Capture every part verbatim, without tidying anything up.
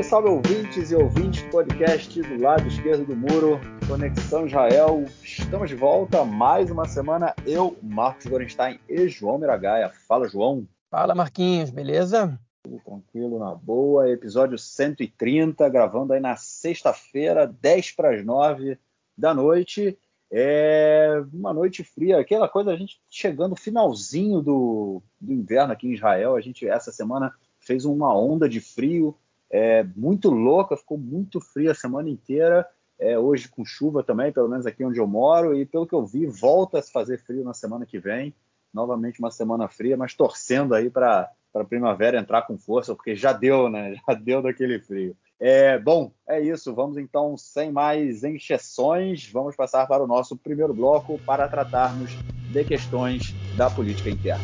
salve ouvintes e ouvintes do podcast do lado esquerdo do muro, Conexão Israel. Estamos de volta, mais uma semana, eu, Marcos Gorenstein e João Miragaia. Fala, João. Fala, Marquinhos, beleza? Tudo tranquilo, na boa. Episódio cento e trinta, gravando aí na sexta-feira, dez para as nove da noite. É uma noite fria, aquela coisa, a gente chegando no finalzinho do, do inverno aqui em Israel. A gente, essa semana, fez uma onda de frio, é, muito louca, ficou muito frio a semana inteira, é, hoje com chuva também, pelo menos aqui onde eu moro, e pelo que eu vi, volta a se fazer frio na semana que vem, novamente uma semana fria, mas torcendo aí para a primavera entrar com força, porque já deu, né? Já deu daquele frio. É, bom, é isso, vamos então, sem mais encheções, vamos passar para o nosso primeiro bloco para tratarmos de questões da política interna.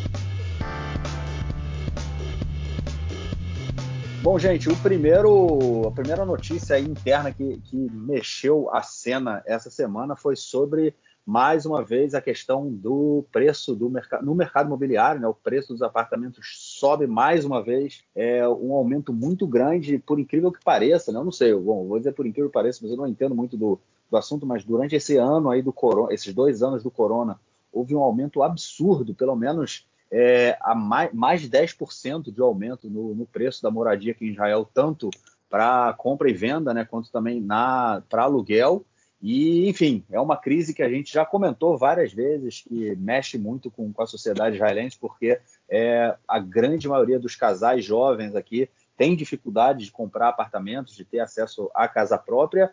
Bom, gente, o primeiro, a primeira notícia interna que, que mexeu a cena essa semana foi sobre, mais uma vez, a questão do preço do mercado, no mercado imobiliário, né? O preço dos apartamentos sobe mais uma vez, é um aumento muito grande, por incrível que pareça, né? Eu não sei, bom, vou dizer por incrível que pareça, mas eu não entendo muito do, do assunto, mas durante esse ano aí do corona, esses dois anos do corona, houve um aumento absurdo, pelo menos É, a mais, mais de dez por cento de aumento no, no preço da moradia aqui em Israel, tanto para compra e venda, né, quanto também para aluguel. E, enfim, é uma crise que a gente já comentou várias vezes, que mexe muito com, com a sociedade israelense, porque é, a grande maioria dos casais jovens aqui tem dificuldade de comprar apartamentos, de ter acesso à casa própria.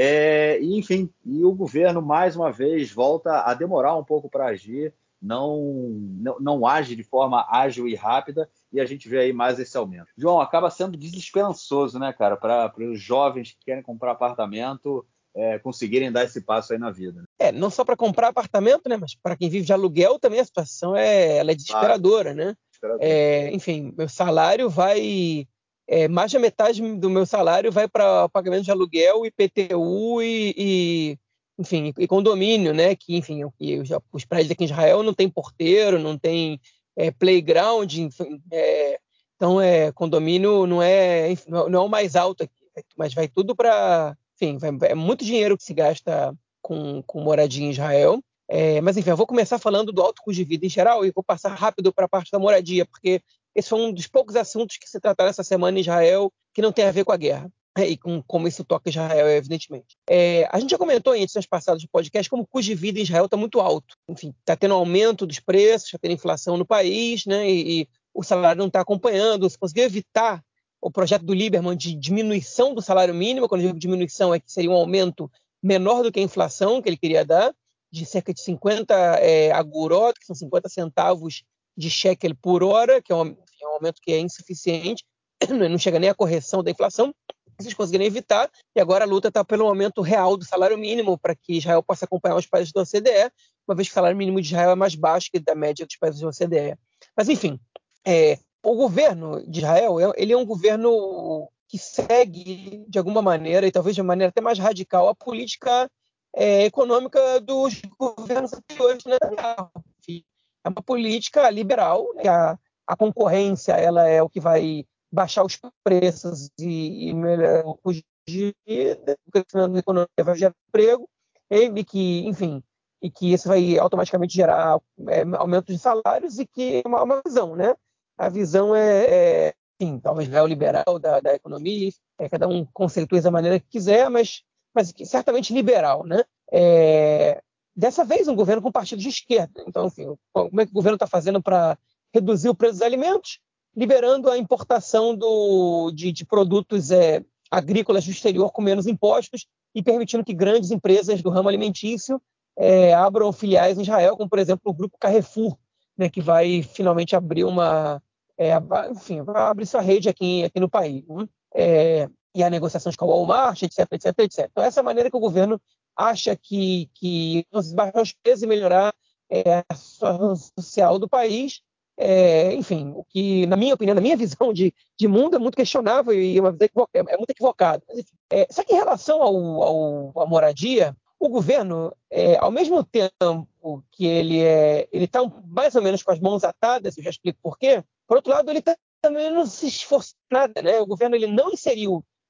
É, e, enfim, e o governo, mais uma vez, volta a demorar um pouco para agir, Não, não, não age de forma ágil e rápida, e a gente vê aí mais esse aumento. João, acaba sendo desesperançoso, né, cara, para os jovens que querem comprar apartamento é, conseguirem dar esse passo aí na vida. Né? É, não só para comprar apartamento, né, mas para quem vive de aluguel também a situação é, ela é desesperadora, claro. né? Desesperador. É, enfim, meu salário vai... É, mais da metade do meu salário vai para pagamento de aluguel, I P T U e... e enfim, e condomínio, né, que, enfim, já, os prédios aqui em Israel não tem porteiro, não tem é, playground, enfim, é, então, é, condomínio não é, enfim, não é o mais alto aqui, mas vai tudo para, enfim, vai, é muito dinheiro que se gasta com, com moradia em Israel, é, mas, enfim, eu vou começar falando do alto custo de vida em geral e vou passar rápido para a parte da moradia, porque esse foi um dos poucos assuntos que se trataram essa semana em Israel que não tem a ver com a guerra. E com como isso toca Israel, evidentemente. É, a gente já comentou em edições passadas do podcast como o custo de vida em Israel está muito alto. Enfim, está tendo aumento dos preços, está tendo inflação no país, né, e, e o salário não está acompanhando. Se conseguiu evitar o projeto do Lieberman de diminuição do salário mínimo, quando eu digo diminuição é que seria um aumento menor do que a inflação que ele queria dar, de cerca de cinquenta é, agorot, que são cinquenta centavos de shekel por hora, que é um, é um aumento que é insuficiente, não chega nem à correção da inflação. Vocês conseguiram evitar, e agora a luta está pelo aumento real do salário mínimo para que Israel possa acompanhar os países da O C D E, uma vez que o salário mínimo de Israel é mais baixo que da média dos países da O C D E. Mas, enfim, é, o governo de Israel ele é um governo que segue, de alguma maneira, e talvez de maneira até mais radical, a política é, econômica dos governos anteriores, né? É uma política liberal, né? a, a concorrência ela é o que vai baixar os preços e, e melhorar o custo de vida, o crescimento da economia vai gerar emprego, e que, enfim, e que isso vai automaticamente gerar é, aumento de salários e que é uma, uma visão, né? A visão é, é enfim, talvez neoliberal da, da economia, é, cada um conceitua da maneira que quiser, mas, mas certamente liberal, né? É, dessa vez, um governo com partido de esquerda. Então, enfim, como é que o governo está fazendo para reduzir o preço dos alimentos? Liberando a importação do, de, de produtos é, agrícolas do exterior com menos impostos e permitindo que grandes empresas do ramo alimentício é, abram filiais em Israel, como, por exemplo, o grupo Carrefour, né, que vai finalmente abrir uma... É, enfim, vai abrir sua rede aqui, aqui no país. Né? É, e há negociações com a Walmart, etc, etc, etc. Então, essa é a maneira que o governo acha que, que baixar os preços e melhorar é, a situação social do país. É, enfim, o que, na minha opinião, na minha visão de, de mundo, é muito questionável e uma visão é muito equivocada. Mas, enfim, é, só que em relação ao, ao, à moradia, o governo, é, ao mesmo tempo que ele é, ele está mais ou menos com as mãos atadas, eu já explico por quê, por outro lado, ele tá, também não se esforçou nada, né? O governo ele não inseriu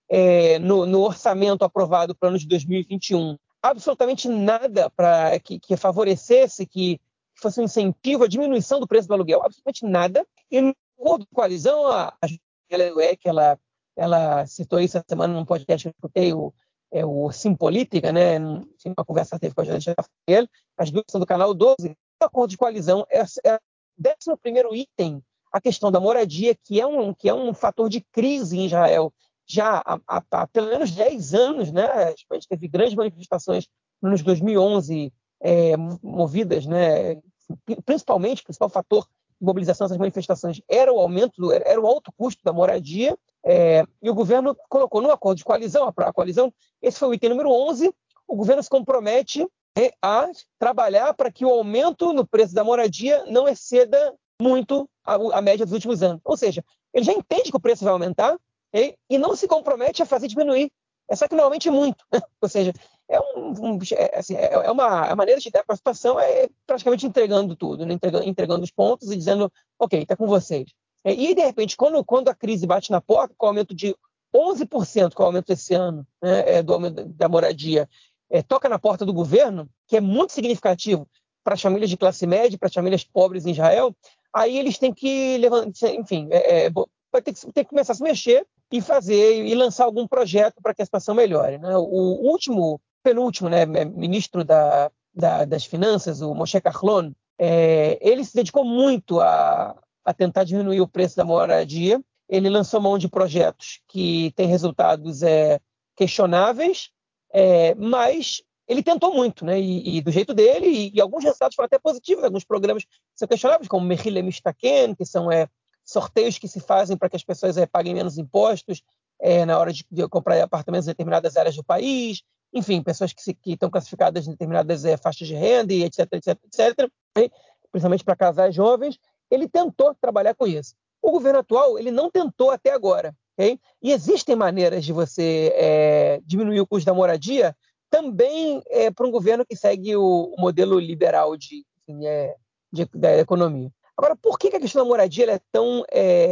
é, no, no orçamento aprovado para o ano de dois mil e vinte e um, absolutamente nada para que, que favorecesse, que fosse um incentivo à diminuição do preço do aluguel, absolutamente nada. E no acordo de coalizão, a, a Juliana que ela, ela citou isso essa semana num podcast que eu escutei, o, é, o Sim Política, né? Uma conversa que teve com a Juliana Rafael, as duas são do canal doze. O acordo de coalizão é, é o décimo primeiro item, a questão da moradia, que é um, que é um fator de crise em Israel já há, há, há pelo menos dez anos, né? A gente teve grandes manifestações no ano de dois mil e onze, é, movidas, né? Principalmente, o principal fator de mobilização dessas manifestações era o aumento, do, era o alto custo da moradia, é, e o governo colocou no acordo de coalizão, a, a coalizão, esse foi o item número onze, o governo se compromete é, a trabalhar para que o aumento no preço da moradia não exceda muito a, a média dos últimos anos. Ou seja, ele já entende que o preço vai aumentar, okay? E não se compromete a fazer diminuir. É só que normalmente é muito. Ou seja, é, um, um, é, assim, é uma a maneira de dar para a situação é praticamente entregando tudo, né? entregando, entregando os pontos e dizendo, ok, está com vocês. É, e, de repente, quando, quando a crise bate na porta, com o aumento de onze por cento, com o aumento esse ano, né, é, do aumento da moradia, é, toca na porta do governo, que é muito significativo para as famílias de classe média, para as famílias pobres em Israel, aí eles têm que levantar, enfim, é, é, vai ter que, ter que começar a se mexer e fazer e lançar algum projeto para que a situação melhore, né? O último, penúltimo, né, ministro da, da, das Finanças, o Moshe Kahlon, é, ele se dedicou muito a, a tentar diminuir o preço da moradia. Ele lançou mão de projetos que têm resultados é, questionáveis, é, mas ele tentou muito, né? E, e do jeito dele, e, e alguns resultados foram até positivos, alguns programas são questionáveis, como Mehile Mishtaken, que são é, sorteios que se fazem para que as pessoas é, paguem menos impostos é, na hora de, de comprar apartamentos em determinadas áreas do país, enfim, pessoas que, se, que estão classificadas em determinadas é, faixas de renda, e etc, etc, etc, e, principalmente para casais jovens. Ele tentou trabalhar com isso. O governo atual, ele não tentou até agora. Okay? E existem maneiras de você é, diminuir o custo da moradia também é, para um governo que segue o, o modelo liberal de, assim, é, de, da economia. Agora, por que a questão da moradia ela é, tão,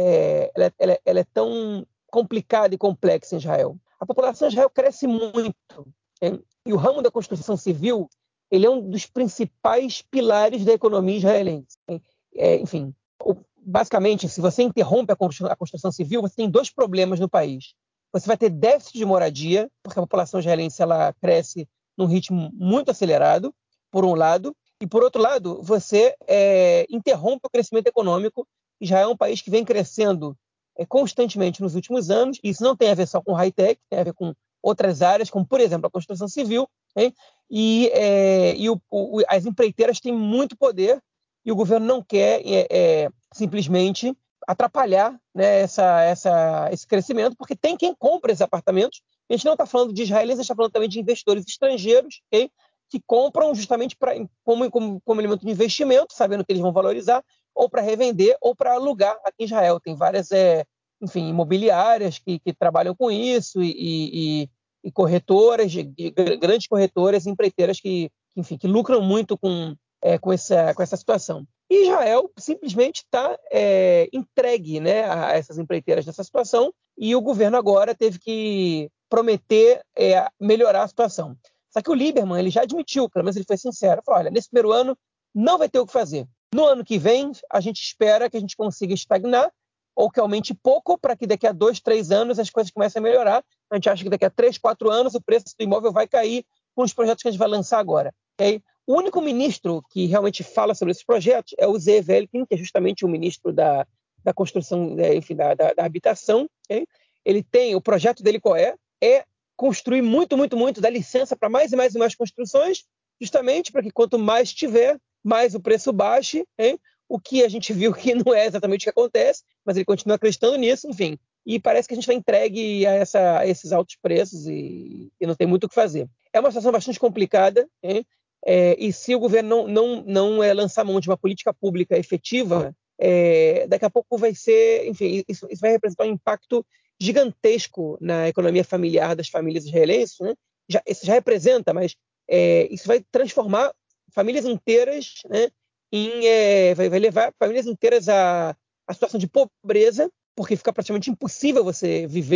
é, ela, ela, ela é tão complicada e complexa em Israel? A população de Israel cresce muito, hein? E o ramo da construção civil ele é um dos principais pilares da economia israelense. É, enfim, basicamente, se você interrompe a construção, a construção civil, você tem dois problemas no país. Você vai ter déficit de moradia, porque a população israelense ela cresce num ritmo muito acelerado, por um lado, e por outro lado, você é, interrompe o crescimento econômico. Israel é um país que vem crescendo é, constantemente nos últimos anos, e isso não tem a ver só com high-tech, tem a ver com outras áreas, como, por exemplo, a construção civil, hein? e, é, e o, o, as empreiteiras têm muito poder, e o governo não quer é, é, simplesmente atrapalhar, né, essa, essa, esse crescimento, porque tem quem compra esses apartamentos. A gente não está falando de israelenses, a gente está falando também de investidores estrangeiros, okay? Que compram justamente pra, como, como, como elemento de investimento, sabendo que eles vão valorizar, ou para revender, ou para alugar aqui em Israel. Tem várias é, enfim, imobiliárias que, que trabalham com isso, e, e, e corretoras, de, de, grandes corretoras, empreiteiras que, que, enfim, que lucram muito com, é, com, essa, com essa situação. E Israel simplesmente está é, entregue, né, a essas empreiteiras nessa situação, e o governo agora teve que prometer é, melhorar a situação. Só que o Lieberman ele já admitiu, pelo menos ele foi sincero, falou, olha, nesse primeiro ano não vai ter o que fazer. No ano que vem, a gente espera que a gente consiga estagnar ou que aumente pouco para que daqui a dois, três anos as coisas comecem a melhorar. A gente acha que daqui a três, quatro anos o preço do imóvel vai cair com os projetos que a gente vai lançar agora. Okay? O único ministro que realmente fala sobre esses projetos é o Zeev Elkin, que é justamente o ministro da, da construção, enfim, da, da, da habitação. Okay? Ele tem, o projeto dele qual é? É construir muito, muito, muito, dar licença para mais e mais e mais construções, justamente para que quanto mais tiver, mais o preço baixe, hein? O que a gente viu que não é exatamente o que acontece, mas ele continua acreditando nisso, enfim. E parece que a gente está entregue a, essa, a esses altos preços e, e não tem muito o que fazer. É uma situação bastante complicada, hein? É, e se o governo não, não, não é, lançar mão de uma política pública efetiva, é, daqui a pouco vai ser, enfim, isso, isso vai representar um impacto gigantesco na economia familiar das famílias israelenses, né? Já, isso já representa, mas é, isso vai transformar famílias inteiras, né, em, é, vai, vai levar famílias inteiras à, à situação de pobreza, porque fica praticamente impossível você viver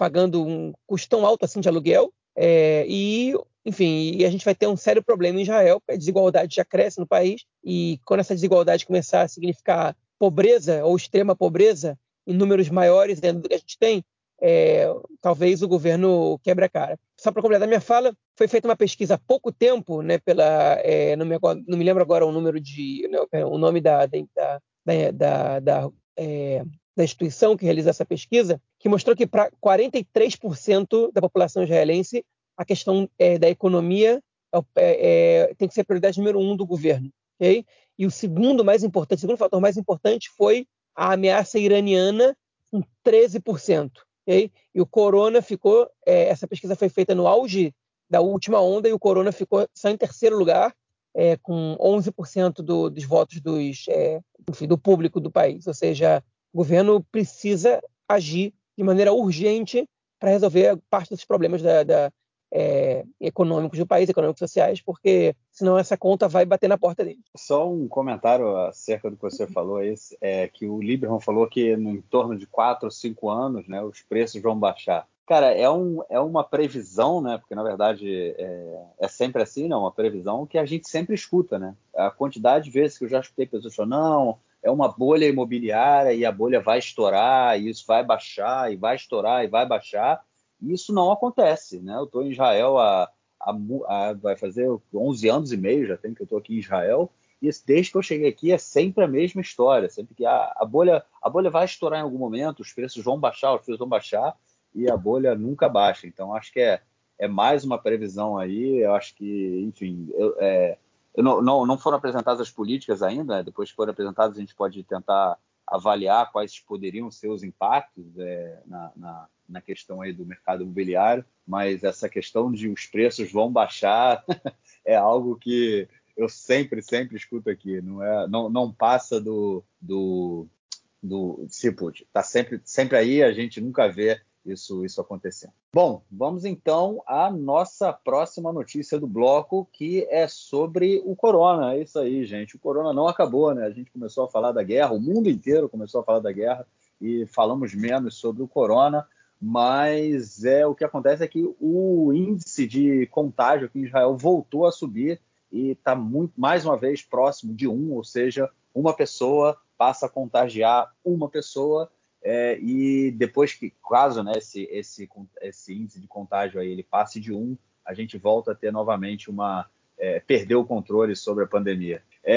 pagando um custo tão alto assim de aluguel, é, e, enfim, e a gente vai ter um sério problema em Israel, porque a desigualdade já cresce no país, e quando essa desigualdade começar a significar pobreza ou extrema pobreza em números maiores dentro do que a gente tem, é, talvez o governo quebre a cara. Só para completar minha fala, foi feita uma pesquisa há pouco tempo, né, pela, é, não, me, não me lembro agora o número de, não, o nome da, da, da, da, da, é, da instituição que realiza essa pesquisa, que mostrou que para quarenta e três por cento da população israelense a questão é, da economia é, é, tem que ser a prioridade número um do governo. Okay? E o segundo mais importante, o segundo fator mais importante foi a ameaça iraniana, com treze por cento. Okay? E o corona ficou, é, essa pesquisa foi feita no auge da última onda e o corona ficou só em terceiro lugar, é, com onze por cento do, dos votos dos, é, enfim, do público do país. Ou seja, o governo precisa agir de maneira urgente para resolver parte dos problemas da, da, é, econômicos do país, econômicos sociais, porque senão essa conta vai bater na porta dele. Só um comentário acerca do que você falou aí, é que o Lieberman falou que no em torno de quatro ou cinco anos, né, os preços vão baixar. Cara, é, um, é uma previsão, né? Porque na verdade é, é sempre assim, não? Uma previsão que a gente sempre escuta, né? A quantidade de vezes que eu já escutei pessoas falando, não, é uma bolha imobiliária e a bolha vai estourar, e isso vai baixar, e vai estourar, e vai baixar. E isso não acontece, né? Eu estou em Israel há, há, há, vai fazer onze anos e meio, já tem que eu estou aqui em Israel, e desde que eu cheguei aqui é sempre a mesma história, sempre que a, a, bolha, a bolha vai estourar em algum momento, os preços vão baixar, os preços vão baixar, e a bolha nunca baixa. Então, acho que é, é mais uma previsão aí. Eu acho que, enfim, eu, é, eu não, não, não foram apresentadas as políticas ainda, né? Depois que forem apresentadas, a gente pode tentar avaliar quais poderiam ser os impactos é, na, na, na questão aí do mercado imobiliário, mas essa questão de os preços vão baixar é algo que eu sempre, sempre escuto aqui. Não, é, não, não passa do... do do Ciput. Está sempre, sempre aí, a gente nunca vê isso, isso acontecendo. Bom, vamos então à nossa próxima notícia do bloco, que é sobre o corona. É isso aí, gente. O corona não acabou, né? A gente começou a falar da guerra, o mundo inteiro começou a falar da guerra e falamos menos sobre o corona, mas é, o que acontece é que o índice de contágio aqui em Israel voltou a subir e está muito, mais uma vez próximo de um, ou seja, uma pessoa passa a contagiar uma pessoa, é, e depois que, caso, né, esse, esse, esse índice de contágio aí, ele passe de um, a gente volta a ter novamente uma... É, perder o controle sobre a pandemia.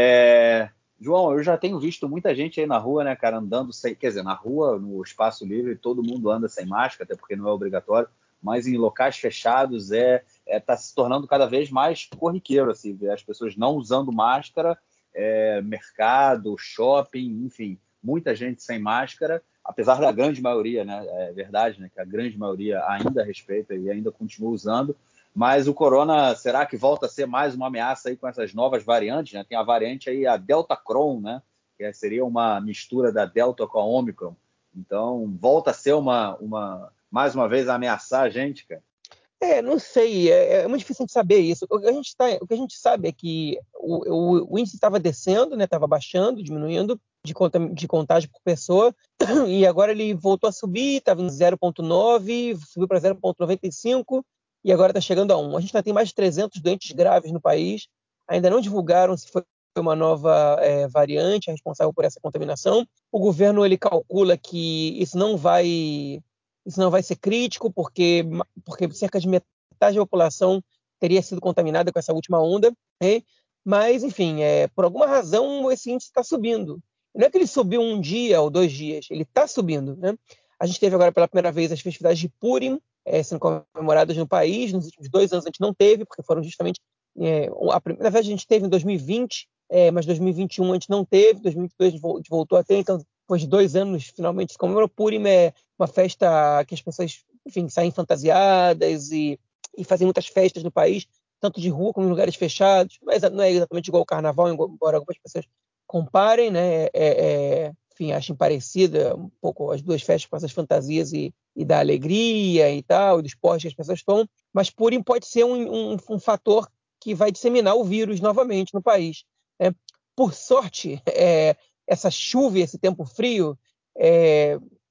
É, João, eu já tenho visto muita gente aí na rua, né, cara, andando sem... Quer dizer, na rua, no espaço livre, todo mundo anda sem máscara, até porque não é obrigatório, mas em locais fechados é está é, se tornando cada vez mais corriqueiro, assim, ver as pessoas não usando máscara, é, mercado, shopping, enfim, muita gente sem máscara, apesar da grande maioria, né, é verdade, né, que a grande maioria ainda respeita e ainda continua usando, mas o corona, será que volta a ser mais uma ameaça aí com essas novas variantes, né? Tem a variante aí, a Delta Cron, né, que seria uma mistura da Delta com a Omicron, então volta a ser uma, uma mais uma vez ameaçar a gente, cara. É, não sei, é, é muito difícil de saber isso. O que a gente, tá, o que a gente sabe é que o, o, o índice estava descendo, né, estava baixando, diminuindo de, conta, de contágio por pessoa, e agora ele voltou a subir, estava em zero vírgula nove, subiu para zero vírgula noventa e cinco, e agora está chegando a um. A gente ainda tem mais de trezentos doentes graves no país, ainda não divulgaram se foi uma nova é, variante responsável por essa contaminação. O governo ele calcula que isso não vai... Isso não vai ser crítico, porque, porque cerca de metade da população teria sido contaminada com essa última onda. Né? Mas, enfim, é, por alguma razão esse índice está subindo. Não é que ele subiu um dia ou dois dias, ele está subindo. Né? A gente teve agora pela primeira vez as festividades de Purim é, sendo comemoradas no país. Nos últimos dois anos a gente não teve, porque foram justamente... É, a, na verdade, a gente teve em dois mil e vinte, é, mas dois mil e vinte e um a gente não teve, dois mil e vinte e dois a gente voltou a ter, então depois de dois anos, finalmente se comemorou. Purim é uma festa que as pessoas, enfim, saem fantasiadas e, e fazem muitas festas no país, tanto de rua como em lugares fechados, mas não é exatamente igual ao carnaval, embora algumas pessoas comparem, né? É, é, enfim, achem parecida um pouco as duas festas com essas fantasias e, e da alegria e tal, e do esporte que as pessoas tomam, mas Purim pode ser um, um, um fator que vai disseminar o vírus novamente no país. Né? Por sorte, é, essa chuva e esse tempo frio é,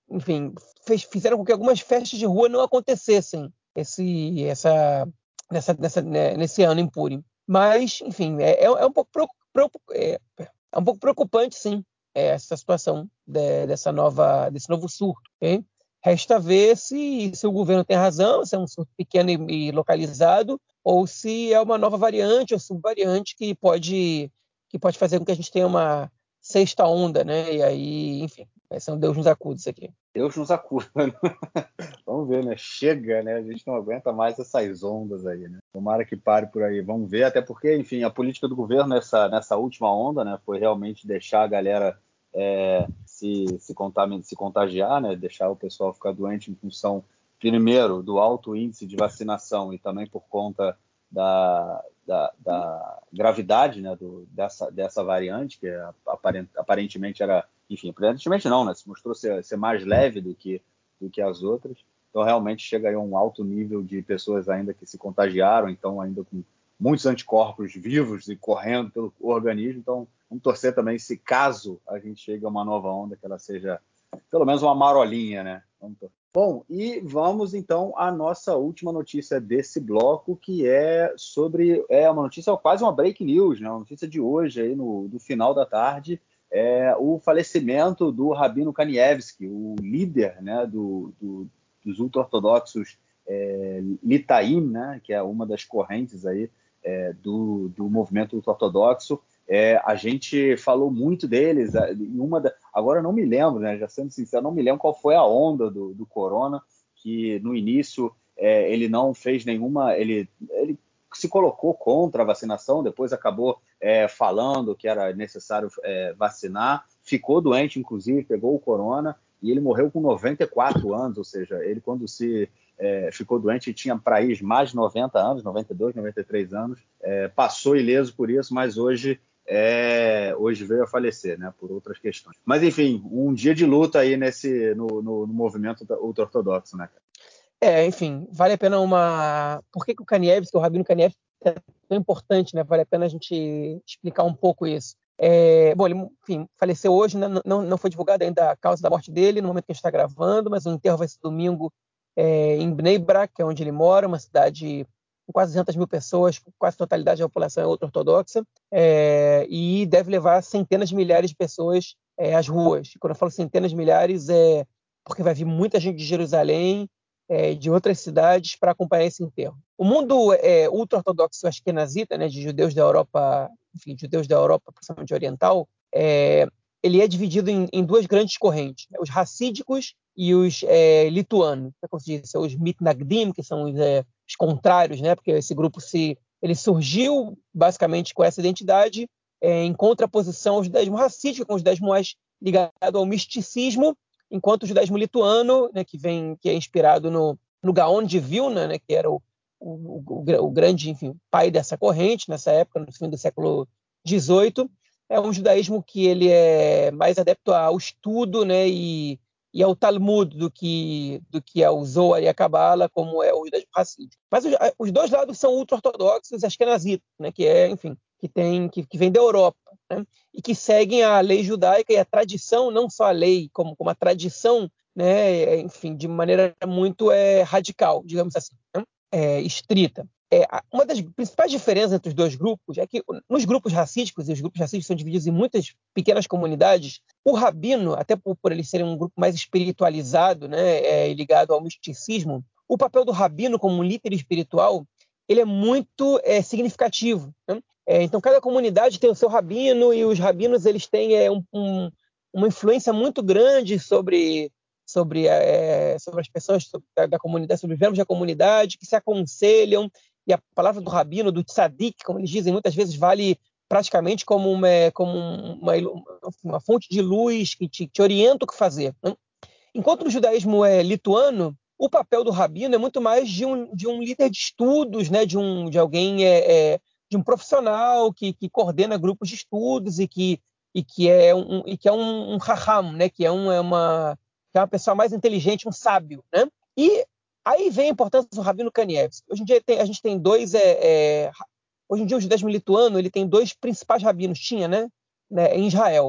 enfim, fez, fizeram com que algumas festas de rua não acontecessem esse, essa, nessa, nessa, né, nesse ano em Purim. Mas, enfim, é, é um pouco é, é um pouco preocupante, sim, essa situação de, dessa nova, desse novo surto. Okay? Resta ver se, se o governo tem razão, se é um surto pequeno e, e localizado, ou se é uma nova variante ou subvariante que pode, que pode fazer com que a gente tenha uma sexta onda, né? E aí, enfim, vai ser um Deus nos acuda isso aqui. Deus nos acuda, né? Vamos ver, né? Chega, né? A gente não aguenta mais essas ondas aí, né? Tomara que pare por aí. Vamos ver, até porque, enfim, a política do governo nessa, nessa última onda, né? Foi realmente deixar a galera é, se, se, se contagiar, né? Deixar o pessoal ficar doente em função, primeiro, do alto índice de vacinação e também por conta da, da, da gravidade, né? Do, dessa, dessa variante, que aparent, aparentemente era... Enfim, aparentemente não, né? Se mostrou ser, ser mais leve do que, do que as outras. Então, realmente, chega aí a um alto nível de pessoas ainda que se contagiaram, então ainda com muitos anticorpos vivos e correndo pelo organismo. Então, vamos torcer também, se caso a gente chegue a uma nova onda, que ela seja pelo menos uma marolinha, né? Vamos torcer. Bom, e vamos então à nossa última notícia desse bloco, que é sobre, é uma notícia, quase uma break news, né? Uma notícia de hoje, aí no, do final da tarde, é o falecimento do Rabino Kanievski, o líder, né, do, do, dos ultra-ortodoxos é, Litaim, né, que é uma das correntes aí, é, do, do movimento ultra-ortodoxo. É, a gente falou muito deles, em uma da, agora eu não me lembro, né, já sendo sincero, não me lembro qual foi a onda do, do corona, que no início é, ele não fez nenhuma... Ele, ele se colocou contra a vacinação, depois acabou é, falando que era necessário é, vacinar, ficou doente, inclusive, pegou o corona, e ele morreu com noventa e quatro anos, ou seja, ele quando se é, ficou doente, tinha para ir mais de noventa anos, noventa e dois, noventa e três anos, é, passou ileso por isso, mas hoje, é, hoje veio a falecer, né, por outras questões. Mas, enfim, um dia de luta aí nesse, no, no, no movimento ultra-ortodoxo, né, cara? É, enfim, vale a pena uma... Por que, que o Kanievski, o Rabino Kanievski, é tão importante, né? Vale a pena a gente explicar um pouco isso. É, bom, ele, enfim, faleceu hoje, né? não, não foi divulgada ainda a causa da morte dele, no momento que a gente está gravando, mas o enterro vai ser domingo é, em Bnei Brak, que é onde ele mora, uma cidade com quase duzentas mil pessoas, quase a totalidade da população é ultra-ortodoxa, é, e deve levar centenas de milhares de pessoas é, às ruas. E quando eu falo centenas de milhares, é porque vai vir muita gente de Jerusalém, É, de outras cidades para acompanhar esse enterro. O mundo é, ultra-ortodoxo askenazita, né, de judeus da Europa, enfim, judeus da Europa, principalmente oriental, é, ele é dividido em, em duas grandes correntes, né, os racídicos e os é, lituanos, como se diz, os mitnagdim, que são os, é, os contrários, né, porque esse grupo se, ele surgiu basicamente com essa identidade é, em contraposição ao judaísmo racídico, com o judaísmo mais ligado ao misticismo, enquanto o judaísmo lituano, né, que vem, que é inspirado no, no Gaon de Vilna, né, que era o, o, o, o grande, enfim, pai dessa corrente nessa época, no fim do século dezoito, é um judaísmo que ele é mais adepto ao estudo, né, e, e ao Talmud do que do que ao Zohar e a Kabbalah, como é o judaísmo racídico. Mas os, os dois lados são ultra-ortodoxos, ashkenazitas, né, que é, enfim, que tem que, que vem da Europa, né, e que seguem a lei judaica e a tradição, não só a lei, como, como a tradição, né, enfim, de maneira muito é, radical, digamos assim, né, é, estrita. É, uma das principais diferenças entre os dois grupos é que nos grupos racídicos, e os grupos racídicos são divididos em muitas pequenas comunidades, o rabino, até por, por eles serem um grupo mais espiritualizado, né, é, ligado ao misticismo, o papel do rabino como um líder espiritual, ele é muito é, significativo, né? É, então, cada comunidade tem o seu rabino, e os rabinos eles têm é, um, um, uma influência muito grande sobre, sobre, é, sobre as pessoas sobre, da, da comunidade, sobre os membros da comunidade, que se aconselham, e a palavra do rabino, do tzadik, como eles dizem, muitas vezes vale praticamente como uma, como uma, uma fonte de luz que te, te orienta o que fazer, né? Enquanto no judaísmo é, lituano, o papel do rabino é muito mais de um, de um líder de estudos, né? de, um, de alguém, é, é, de um profissional que, que coordena grupos de estudos e que, e que é um, e que é um, um raham, né? que, é um, é uma, que é uma pessoa mais inteligente, um sábio. Né? E aí vem a importância do Rabino Kanievski. Hoje em dia tem, a gente tem dois... É, é, hoje em dia o judaísmo lituano ele tem dois principais rabinos, tinha, né? né em Israel,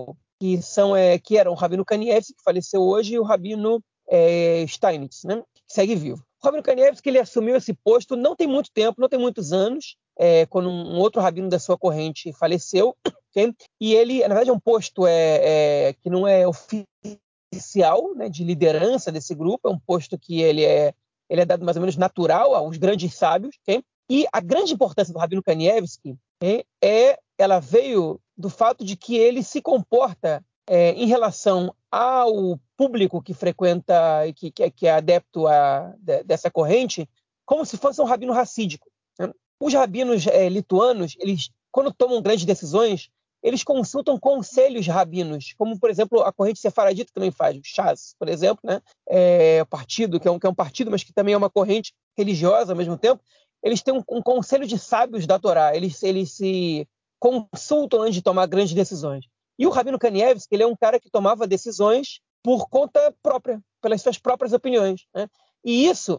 que, são, é, que eram o Rabino Kanievski, que faleceu hoje, e o Rabino é, Steinitz, né, que segue vivo. O Rabino Kanievski, ele assumiu esse posto não tem muito tempo, não tem muitos anos, é, quando um outro rabino da sua corrente faleceu, okay? E ele, na verdade, é um posto é, é, que não é oficial, né, de liderança desse grupo, é um posto que ele é, ele é dado mais ou menos natural aos grandes sábios, okay? E a grande importância do Rabino Kanievski é, é, ela veio do fato de que ele se comporta é, em relação ao público que frequenta e que, que, que é adepto a, de, dessa corrente, como se fosse um rabino racídico, né? Os rabinos é, lituanos, eles, quando tomam grandes decisões, eles consultam conselhos rabinos, como, por exemplo, a corrente sefaradita também faz, o Shas, por exemplo, né? É, o partido, que é, um, que é um partido, mas que também é uma corrente religiosa ao mesmo tempo. Eles têm um, um conselho de sábios da Torá, eles, eles se consultam antes de tomar grandes decisões. E o Rabino Kanievski, ele é um cara que tomava decisões por conta própria, pelas suas próprias opiniões, né? E isso,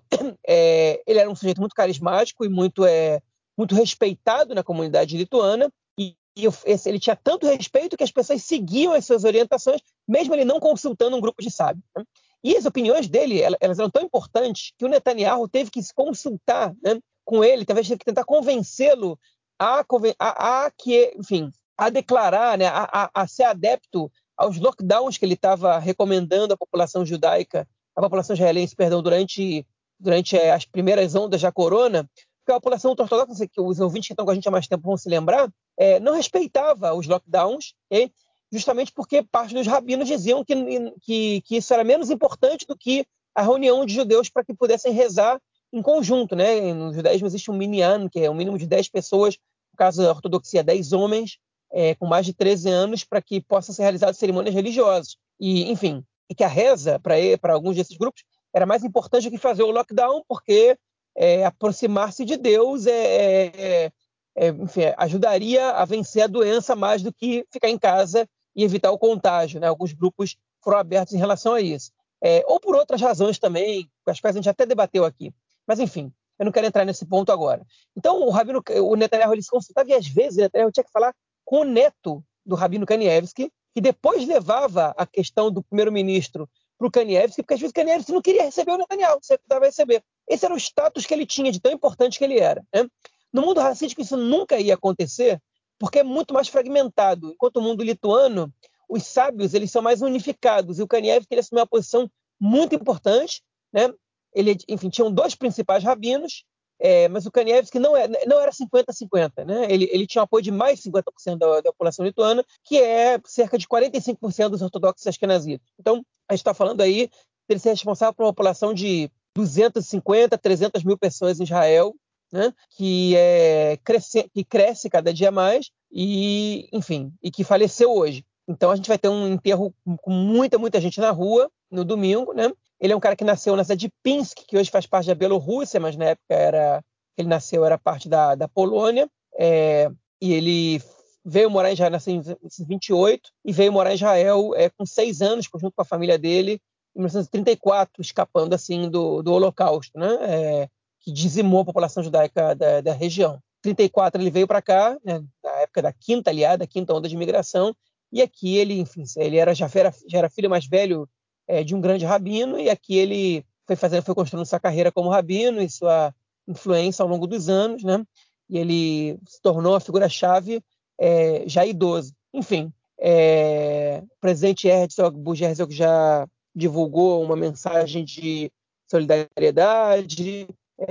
é, ele era um sujeito muito carismático e muito, é, muito respeitado na comunidade lituana, e, e ele tinha tanto respeito que as pessoas seguiam as suas orientações, mesmo ele não consultando um grupo de sábios, né? E as opiniões dele, elas eram tão importantes que o Netanyahu teve que se consultar, né, com ele, talvez teve que tentar convencê-lo a, a, a que, enfim, a declarar, né, a, a, a ser adepto aos lockdowns que ele estava recomendando à população judaica, à população israelense, perdão, durante, durante é, as primeiras ondas da corona, porque a população ortodoxa, que os ouvintes que estão com a gente há mais tempo vão se lembrar, é, não respeitava os lockdowns, okay? Justamente porque parte dos rabinos diziam que, que, que isso era menos importante do que a reunião de judeus para que pudessem rezar em conjunto, né? No judaísmo existe um minyan, que é um mínimo de dez pessoas, no caso da ortodoxia, dez homens, é, com mais de treze anos, para que possam ser realizadas cerimônias religiosas. E, enfim, e que a reza, para alguns desses grupos, era mais importante do que fazer o lockdown, porque é, aproximar-se de Deus é, é, é, enfim, ajudaria a vencer a doença mais do que ficar em casa e evitar o contágio, né? Alguns grupos foram abertos em relação a isso. É, ou por outras razões também, as quais a gente até debateu aqui. Mas, enfim, eu não quero entrar nesse ponto agora. Então, o Rabino, o Netanyahu, ele se consultava, e às vezes o Netanyahu tinha que falar com o neto do Rabino Kanievski, que depois levava a questão do primeiro-ministro para o Kanievski, porque às vezes o Kanievski não queria receber o Netanyahu, você precisava receber. Esse era o status que ele tinha, de tão importante que ele era, né? No mundo racídico isso nunca ia acontecer, porque é muito mais fragmentado. Enquanto o mundo lituano, os sábios eles são mais unificados, e o Kanievski ele assumiu uma posição muito importante, né? Ele, enfim, tinham dois principais rabinos, é, mas o Kanievski não, é, não era cinquenta a cinquenta, né? Ele, ele tinha um apoio de mais de cinquenta por cento da, da população lituana, que é cerca de quarenta e cinco por cento dos ortodoxos ashkenazitas. Então, a gente está falando aí dele ser responsável por uma população de duzentas e cinquenta, trezentas mil pessoas em Israel, né? que, é, cresce, que cresce cada dia mais e, enfim, e que faleceu hoje. Então, a gente vai ter um enterro com muita, muita gente na rua no domingo, né? Ele é um cara que nasceu na cidade de Pinsk, que hoje faz parte da Bielorrússia, mas na época era, ele nasceu era parte da, da Polônia, é, e ele veio morar em Israel, nasceu em vinte e oito, e veio morar em Israel é, com seis anos, junto com a família dele, em mil novecentos e trinta e quatro, escapando assim do, do Holocausto, né? É, que dizimou a população judaica da, da região. Em trinta e quatro ele veio para cá, né, na época da quinta, aliada, da quinta onda de imigração, e aqui ele, enfim, ele era, já, era, já era filho mais velho é, de um grande rabino, e aqui ele foi fazendo, foi construindo sua carreira como rabino e sua influência ao longo dos anos, né? E ele se tornou a figura-chave é, já idoso. Enfim, é, o presidente Herzog, Bush Herzog já divulgou uma mensagem de solidariedade,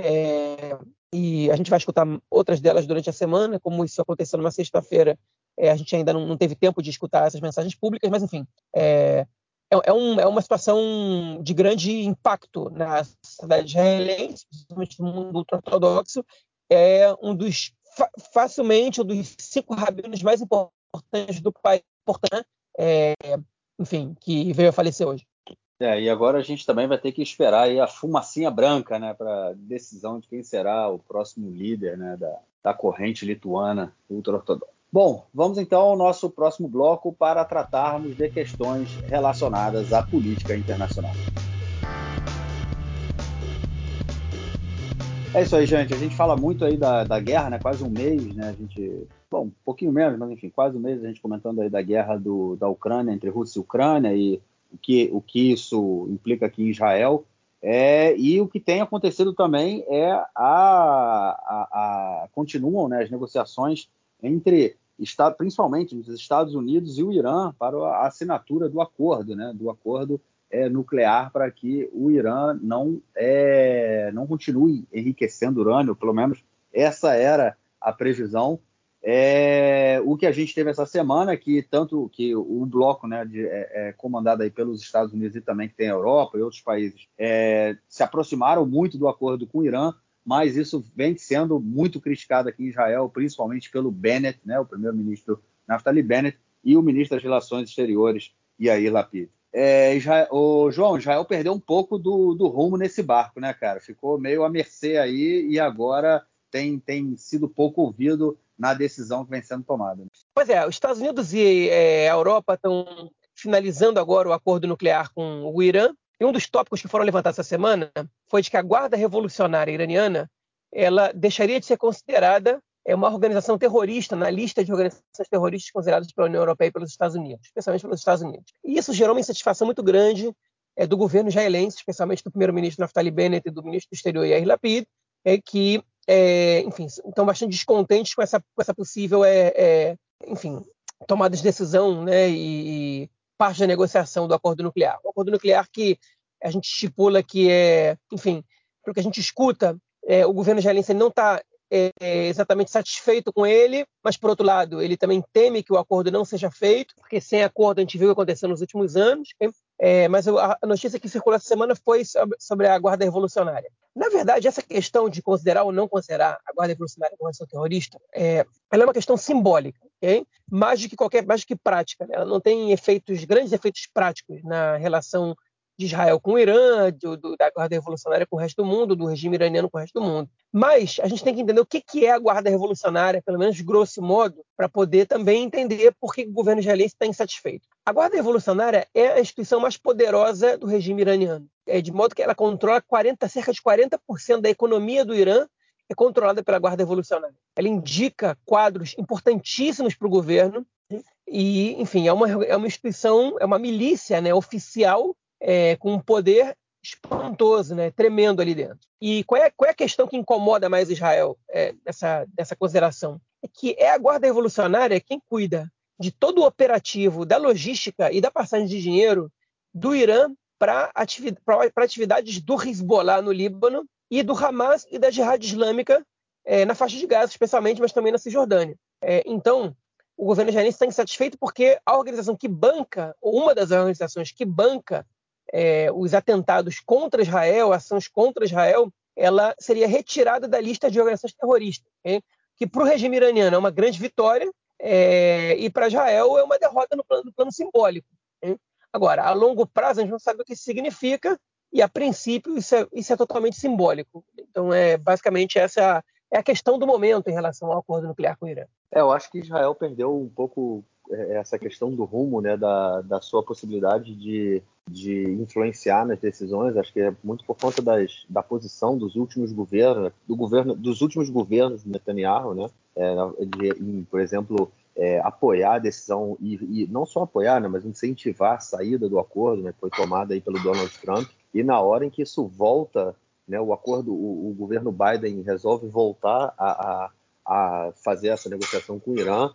é, e a gente vai escutar outras delas durante a semana, como isso aconteceu numa sexta-feira, é, a gente ainda não, não teve tempo de escutar essas mensagens públicas, mas enfim, é, é, um, é uma situação de grande impacto na sociedade israelense, principalmente no mundo ultra-ortodoxo. É um dos, facilmente, um dos cinco rabinos mais importantes do país, é, enfim, que veio a falecer hoje. É, e agora a gente também vai ter que esperar aí a fumacinha branca, né, para decisão de quem será o próximo líder, né, da, da corrente lituana ultra-ortodoxa. Bom, vamos então ao nosso próximo bloco para tratarmos de questões relacionadas à política internacional. É isso aí, gente. A gente fala muito aí da, da guerra, né? Quase um mês, né? A gente, bom, um pouquinho menos, mas enfim, quase um mês a gente comentando aí da guerra do, da Ucrânia, entre Rússia e Ucrânia, e o que, o que isso implica aqui em Israel. É, e o que tem acontecido também é a, a, a continuam, né, as negociações entre, principalmente os Estados Unidos e o Irã para a assinatura do acordo, né? Do acordo É, nuclear para que o Irã não, é, não continue enriquecendo urânio, pelo menos essa era a previsão. É, o que a gente teve essa semana, que tanto que o bloco, né, de, é, é, comandado aí pelos Estados Unidos e também que tem a Europa e outros países, é, se aproximaram muito do acordo com o Irã, mas isso vem sendo muito criticado aqui em Israel, principalmente pelo Bennett, né, o primeiro-ministro Naftali Bennett, e o ministro das Relações Exteriores, Yair Lapid. É, Israel, o João, Israel perdeu um pouco do, do rumo nesse barco, né, cara? Ficou meio à mercê aí e agora tem, tem sido pouco ouvido na decisão que vem sendo tomada. Pois é, os Estados Unidos e é, a Europa estão finalizando agora o acordo nuclear com o Irã. E um dos tópicos que foram levantados essa semana foi de que a Guarda Revolucionária Iraniana ela deixaria de ser considerada é uma organização terrorista na lista de organizações terroristas consideradas pela União Europeia e pelos Estados Unidos, especialmente pelos Estados Unidos. E isso gerou uma insatisfação muito grande é, do governo israelense, especialmente do primeiro-ministro Naftali Bennett e do ministro do Exterior Yair Lapid, é, que, é, enfim, estão bastante descontentes com essa, com essa possível, é, é, enfim, tomada de decisão, né, e, e parte da negociação do acordo nuclear. O acordo nuclear que a gente estipula que é, enfim, pelo que a gente escuta, é, o governo israelense não está É, é exatamente satisfeito com ele, mas, por outro lado, ele também teme que o acordo não seja feito, porque sem acordo a gente viu o que aconteceu nos últimos anos. É, mas a notícia que circulou essa semana foi sobre a Guarda Revolucionária. Na verdade, essa questão de considerar ou não considerar a Guarda Revolucionária como organização terrorista, é, ela é uma questão simbólica, okay? mais do que qualquer, mais do que prática. Né? Ela não tem efeitos, grandes efeitos práticos na relação de Israel com o Irã, do, do, da Guarda Revolucionária com o resto do mundo, do regime iraniano com o resto do mundo. Mas a gente tem que entender o que, que é a Guarda Revolucionária, pelo menos de grosso modo, para poder também entender por que o governo israelense está insatisfeito. A Guarda Revolucionária é a instituição mais poderosa do regime iraniano, é, de modo que ela controla quarenta, cerca de quarenta por cento da economia do Irã, é controlada pela Guarda Revolucionária. Ela indica quadros importantíssimos para o governo e, enfim, é uma, é uma instituição, é uma milícia, né, oficial, É, com um poder espantoso, né, tremendo ali dentro. E qual é, qual é a questão que incomoda mais Israel é, nessa, nessa consideração? É que é a Guarda Revolucionária quem cuida de todo o operativo, da logística e da passagem de dinheiro do Irã para atividade, atividades do Hezbollah no Líbano e do Hamas e da Jihad Islâmica é, na faixa de Gaza, especialmente, mas também na Cisjordânia. É, então, o governo israelense está insatisfeito porque a organização que banca, ou uma das organizações que banca É, os atentados contra Israel, ações contra Israel, ela seria retirada da lista de organizações terroristas, okay? Que para o regime iraniano é uma grande vitória é, e para Israel é uma derrota no plano, no plano simbólico. Okay? Agora, a longo prazo, a gente não sabe o que isso significa e, a princípio, isso é, isso é totalmente simbólico. Então, é basicamente essa é a questão do momento em relação ao acordo nuclear com o Irã. É, eu acho que Israel perdeu um pouco essa questão do rumo, né, da, da sua possibilidade de, de influenciar nas decisões. Acho que é muito por conta das, da posição dos últimos governos, do governo, dos últimos governos do Netanyahu, né, é, de, em, por exemplo, é, apoiar a decisão e, e não só apoiar, né, mas incentivar a saída do acordo, né, que foi tomada aí pelo Donald Trump. E na hora em que isso volta, né, o acordo, o, o governo Biden resolve voltar a, a a fazer essa negociação com o Irã,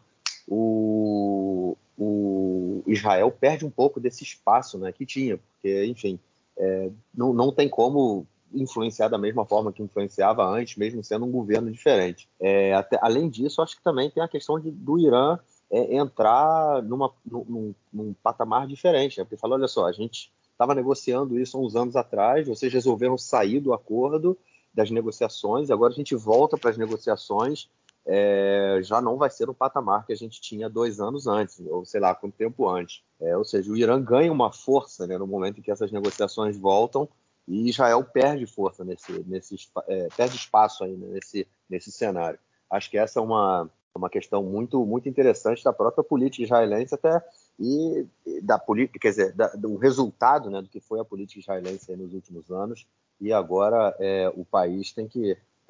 o, o Israel perde um pouco desse espaço, né, que tinha, porque, enfim, é, não, não tem como influenciar da mesma forma que influenciava antes, mesmo sendo um governo diferente. É, até, além disso, acho que também tem a questão de, do Irã é, entrar numa, num, num patamar diferente, né, porque falou, olha só, a gente estava negociando isso há uns anos atrás, vocês resolveram sair do acordo, das negociações, agora a gente volta para as negociações, é, já não vai ser o patamar que a gente tinha dois anos antes, ou sei lá, quanto tempo antes. É, ou seja, o Irã ganha uma força, né, no momento em que essas negociações voltam, e Israel perde força, nesse, nesse, é, perde espaço aí, né, nesse, nesse cenário. Acho que essa é uma, uma questão muito, muito interessante da própria política israelense até, e da política, quer dizer, da, do resultado, né, do que foi a política israelense aí nos últimos anos, e agora é, o país tem que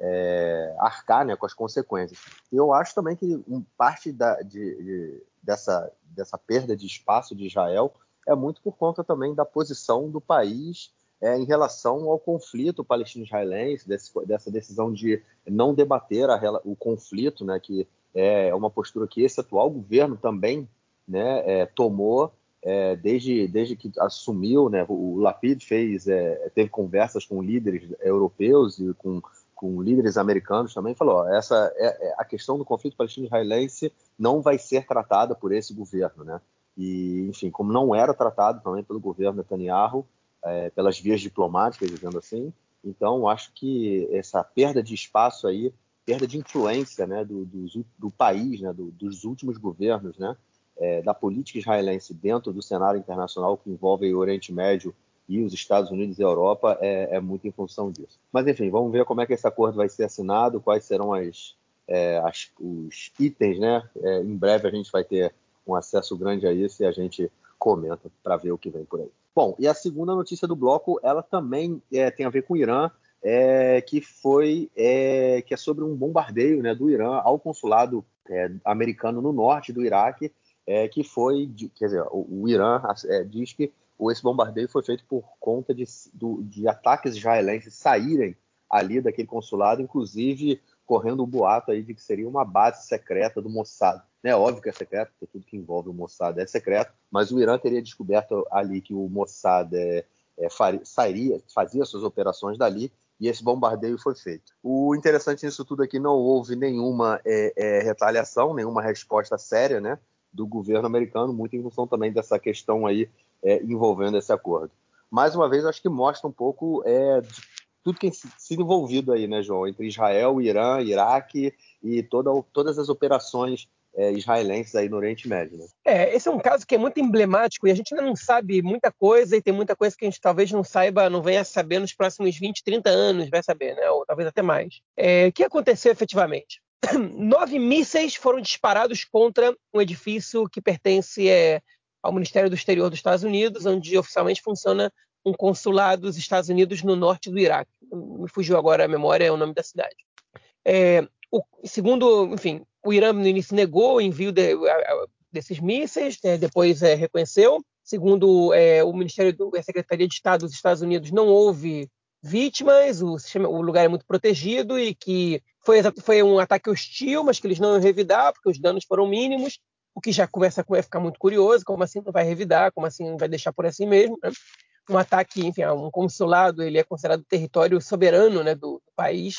é, arcar, né, com as consequências. E eu acho também que um, parte da, de, de, dessa, dessa perda de espaço de Israel é muito por conta também da posição do país é, em relação ao conflito palestino-israelense, dessa decisão de não debater a, o conflito, né, que é uma postura que esse atual governo também, né, é, tomou é, desde, desde que assumiu, né, o Lapid fez, é, teve conversas com líderes europeus e com, com líderes americanos também, falou, ó, essa é, é, a questão do conflito palestino-israelense não vai ser tratada por esse governo, né? E, enfim, como não era tratado também pelo governo Netanyahu, é, pelas vias diplomáticas, dizendo assim, então acho que essa perda de espaço aí, perda de influência, né, do, do, do país, né, do, dos últimos governos, né, é, da política israelense dentro do cenário internacional que envolve o Oriente Médio e os Estados Unidos e a Europa, é, é muito em função disso. Mas, enfim, vamos ver como é que esse acordo vai ser assinado, quais serão as, é, as, os itens, né? É, em breve a gente vai ter um acesso grande a isso e a gente comenta para ver o que vem por aí. Bom, e a segunda notícia do bloco, ela também é, tem a ver com o Irã, é, que foi é, que é sobre um bombardeio, né, do Irã ao consulado é, americano no norte do Iraque, é, que foi, de, quer dizer, o, o Irã é, diz que esse bombardeio foi feito por conta de, do, de ataques israelenses saírem ali daquele consulado, inclusive correndo o boato aí de que seria uma base secreta do Mossad. É óbvio que é secreto, porque tudo que envolve o Mossad é secreto, mas o Irã teria descoberto ali que o Mossad é, é, faria, sairia, fazia suas operações dali, e esse bombardeio foi feito. O interessante nisso tudo é que não houve nenhuma é, é, retaliação, nenhuma resposta séria, né, do governo americano, muito em função também dessa questão aí é, envolvendo esse acordo. Mais uma vez, acho que mostra um pouco é, de tudo que tem sido envolvido aí, né, João, entre Israel, Irã, Iraque e toda, todas as operações é, israelenses aí no Oriente Médio, né? É, esse é um caso que é muito emblemático e a gente ainda não sabe muita coisa e tem muita coisa que a gente talvez não saiba, não venha a saber nos próximos vinte, trinta anos, vai saber, né? Ou talvez até mais. É, o que aconteceu efetivamente? Nove mísseis foram disparados contra um edifício que pertence é, ao Ministério do Exterior dos Estados Unidos, onde oficialmente funciona um consulado dos Estados Unidos no norte do Iraque. Me fugiu agora a memória, é o nome da cidade. É, o, segundo, enfim, o Irã no início negou o envio de, a, desses mísseis, né, depois é, reconheceu. Segundo é, o Ministério do, a Secretaria de Estado dos Estados Unidos, não houve vítimas, o, sistema, o lugar é muito protegido e que foi, foi um ataque hostil, mas que eles não iam revidar, porque os danos foram mínimos, o que já começa a ficar muito curioso, como assim não vai revidar, como assim vai deixar por assim mesmo, né? Um ataque, enfim, um consulado, ele é considerado território soberano, né, do, do país,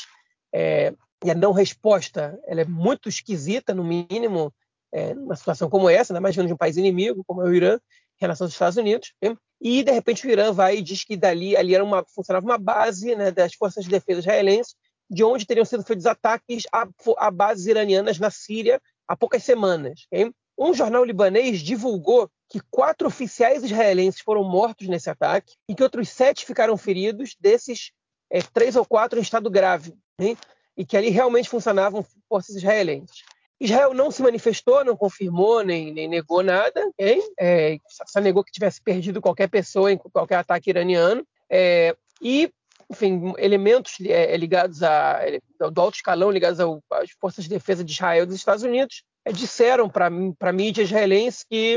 é, e a não resposta ela é muito esquisita, no mínimo, é, numa situação como essa, ainda mais vindo de um país inimigo, como é o Irã, em relação aos Estados Unidos. Né? E, de repente, o Irã vai e diz que dali ali era uma, funcionava uma base, né, das forças de defesa israelenses, de onde teriam sido feitos ataques a, a bases iranianas na Síria há poucas semanas. Okay? Um jornal libanês divulgou que quatro oficiais israelenses foram mortos nesse ataque e que outros sete ficaram feridos, desses é, três ou quatro em estado grave. Né? E que ali realmente funcionavam forças israelenses. Israel não se manifestou, não confirmou, nem, nem negou nada, okay? é, só negou que tivesse perdido qualquer pessoa em qualquer ataque iraniano. É, e, enfim, elementos é, ligados a, do alto escalão, ligados às forças de defesa de Israel e dos Estados Unidos, é, disseram para a mídia israelense que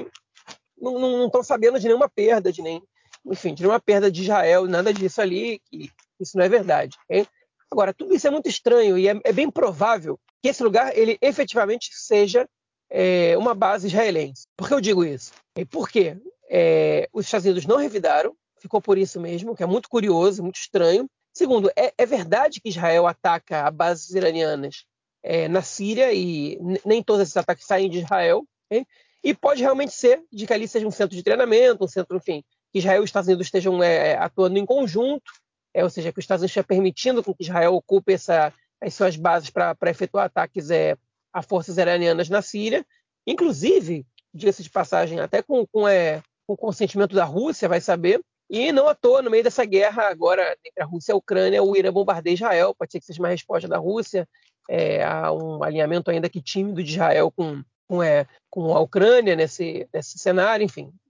não estão sabendo de nenhuma perda, de nem, enfim, de nenhuma perda de Israel, nada disso ali, que isso não é verdade. Okay? Agora, tudo isso é muito estranho e é, é bem provável que esse lugar ele efetivamente seja é, uma base israelense. Por que eu digo isso? E por quê? É, os Estados Unidos não revidaram, ficou por isso mesmo, que é muito curioso, muito estranho. Segundo, é, é verdade que Israel ataca bases iranianas é, na Síria e nem todos esses ataques saem de Israel. Okay? E pode realmente ser de que ali seja um centro de treinamento, um centro, enfim, que Israel e os Estados Unidos estejam é, atuando em conjunto, é, ou seja, que os Estados Unidos estejam permitindo que Israel ocupe essa, as suas bases para efetuar ataques é, a forças iranianas na Síria. Inclusive, diga-se de passagem, até com, com, é, com o consentimento da Rússia, vai saber, e não à toa, no meio dessa guerra agora entre a Rússia e a Ucrânia, o Irã bombardeia Israel, pode ser que seja uma resposta da Rússia, é, a um alinhamento ainda que tímido de Israel com, com, é, com a Ucrânia nesse, nesse cenário, enfim.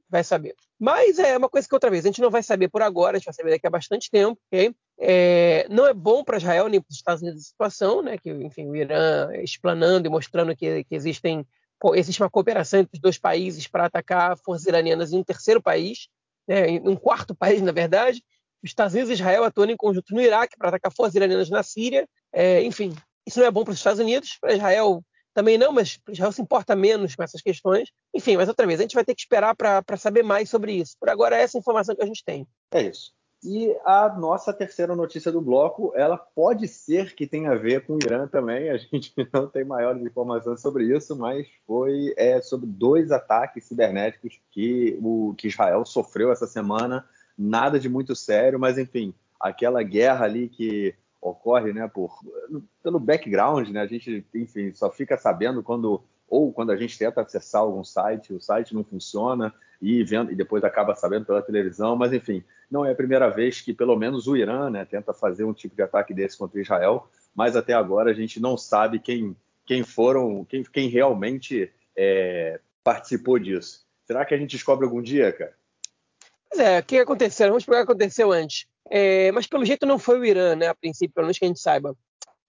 vai saber. Mas é uma coisa que outra vez, a gente não vai saber por agora, a gente vai saber daqui a bastante tempo, ok? É, não é bom para Israel nem para os Estados Unidos a situação, né? Que, enfim, o Irã explanando e mostrando que, que existem, existe uma cooperação entre os dois países para atacar forças iranianas em um terceiro país, né? Em um quarto país, na verdade. Os Estados Unidos e Israel atuando em conjunto no Iraque para atacar forças iranianas na Síria. É, enfim, isso não é bom para os Estados Unidos, para Israel também não, mas Israel se importa menos com essas questões. Enfim, mas outra vez, a gente vai ter que esperar para saber mais sobre isso. Por agora, é essa informação que a gente tem. É isso. E a nossa terceira notícia do bloco, ela pode ser que tenha a ver com o Irã também. A gente não tem maiores informações sobre isso, mas foi é, sobre dois ataques cibernéticos que, o, que Israel sofreu essa semana. Nada de muito sério, mas enfim, aquela guerra ali que ocorre, né, por, pelo background, né, a gente, enfim, só fica sabendo quando, ou quando a gente tenta acessar algum site, o site não funciona e, vendo, e depois acaba sabendo pela televisão, mas enfim, não é a primeira vez que pelo menos o Irã, né, tenta fazer um tipo de ataque desse contra Israel, mas até agora a gente não sabe quem, quem foram, quem, quem realmente é, participou disso. Será que a gente descobre algum dia, cara? Pois é, o que aconteceu? Vamos pegar o que aconteceu antes. É, mas pelo jeito não foi o Irã, né, a princípio, pelo menos que a gente saiba.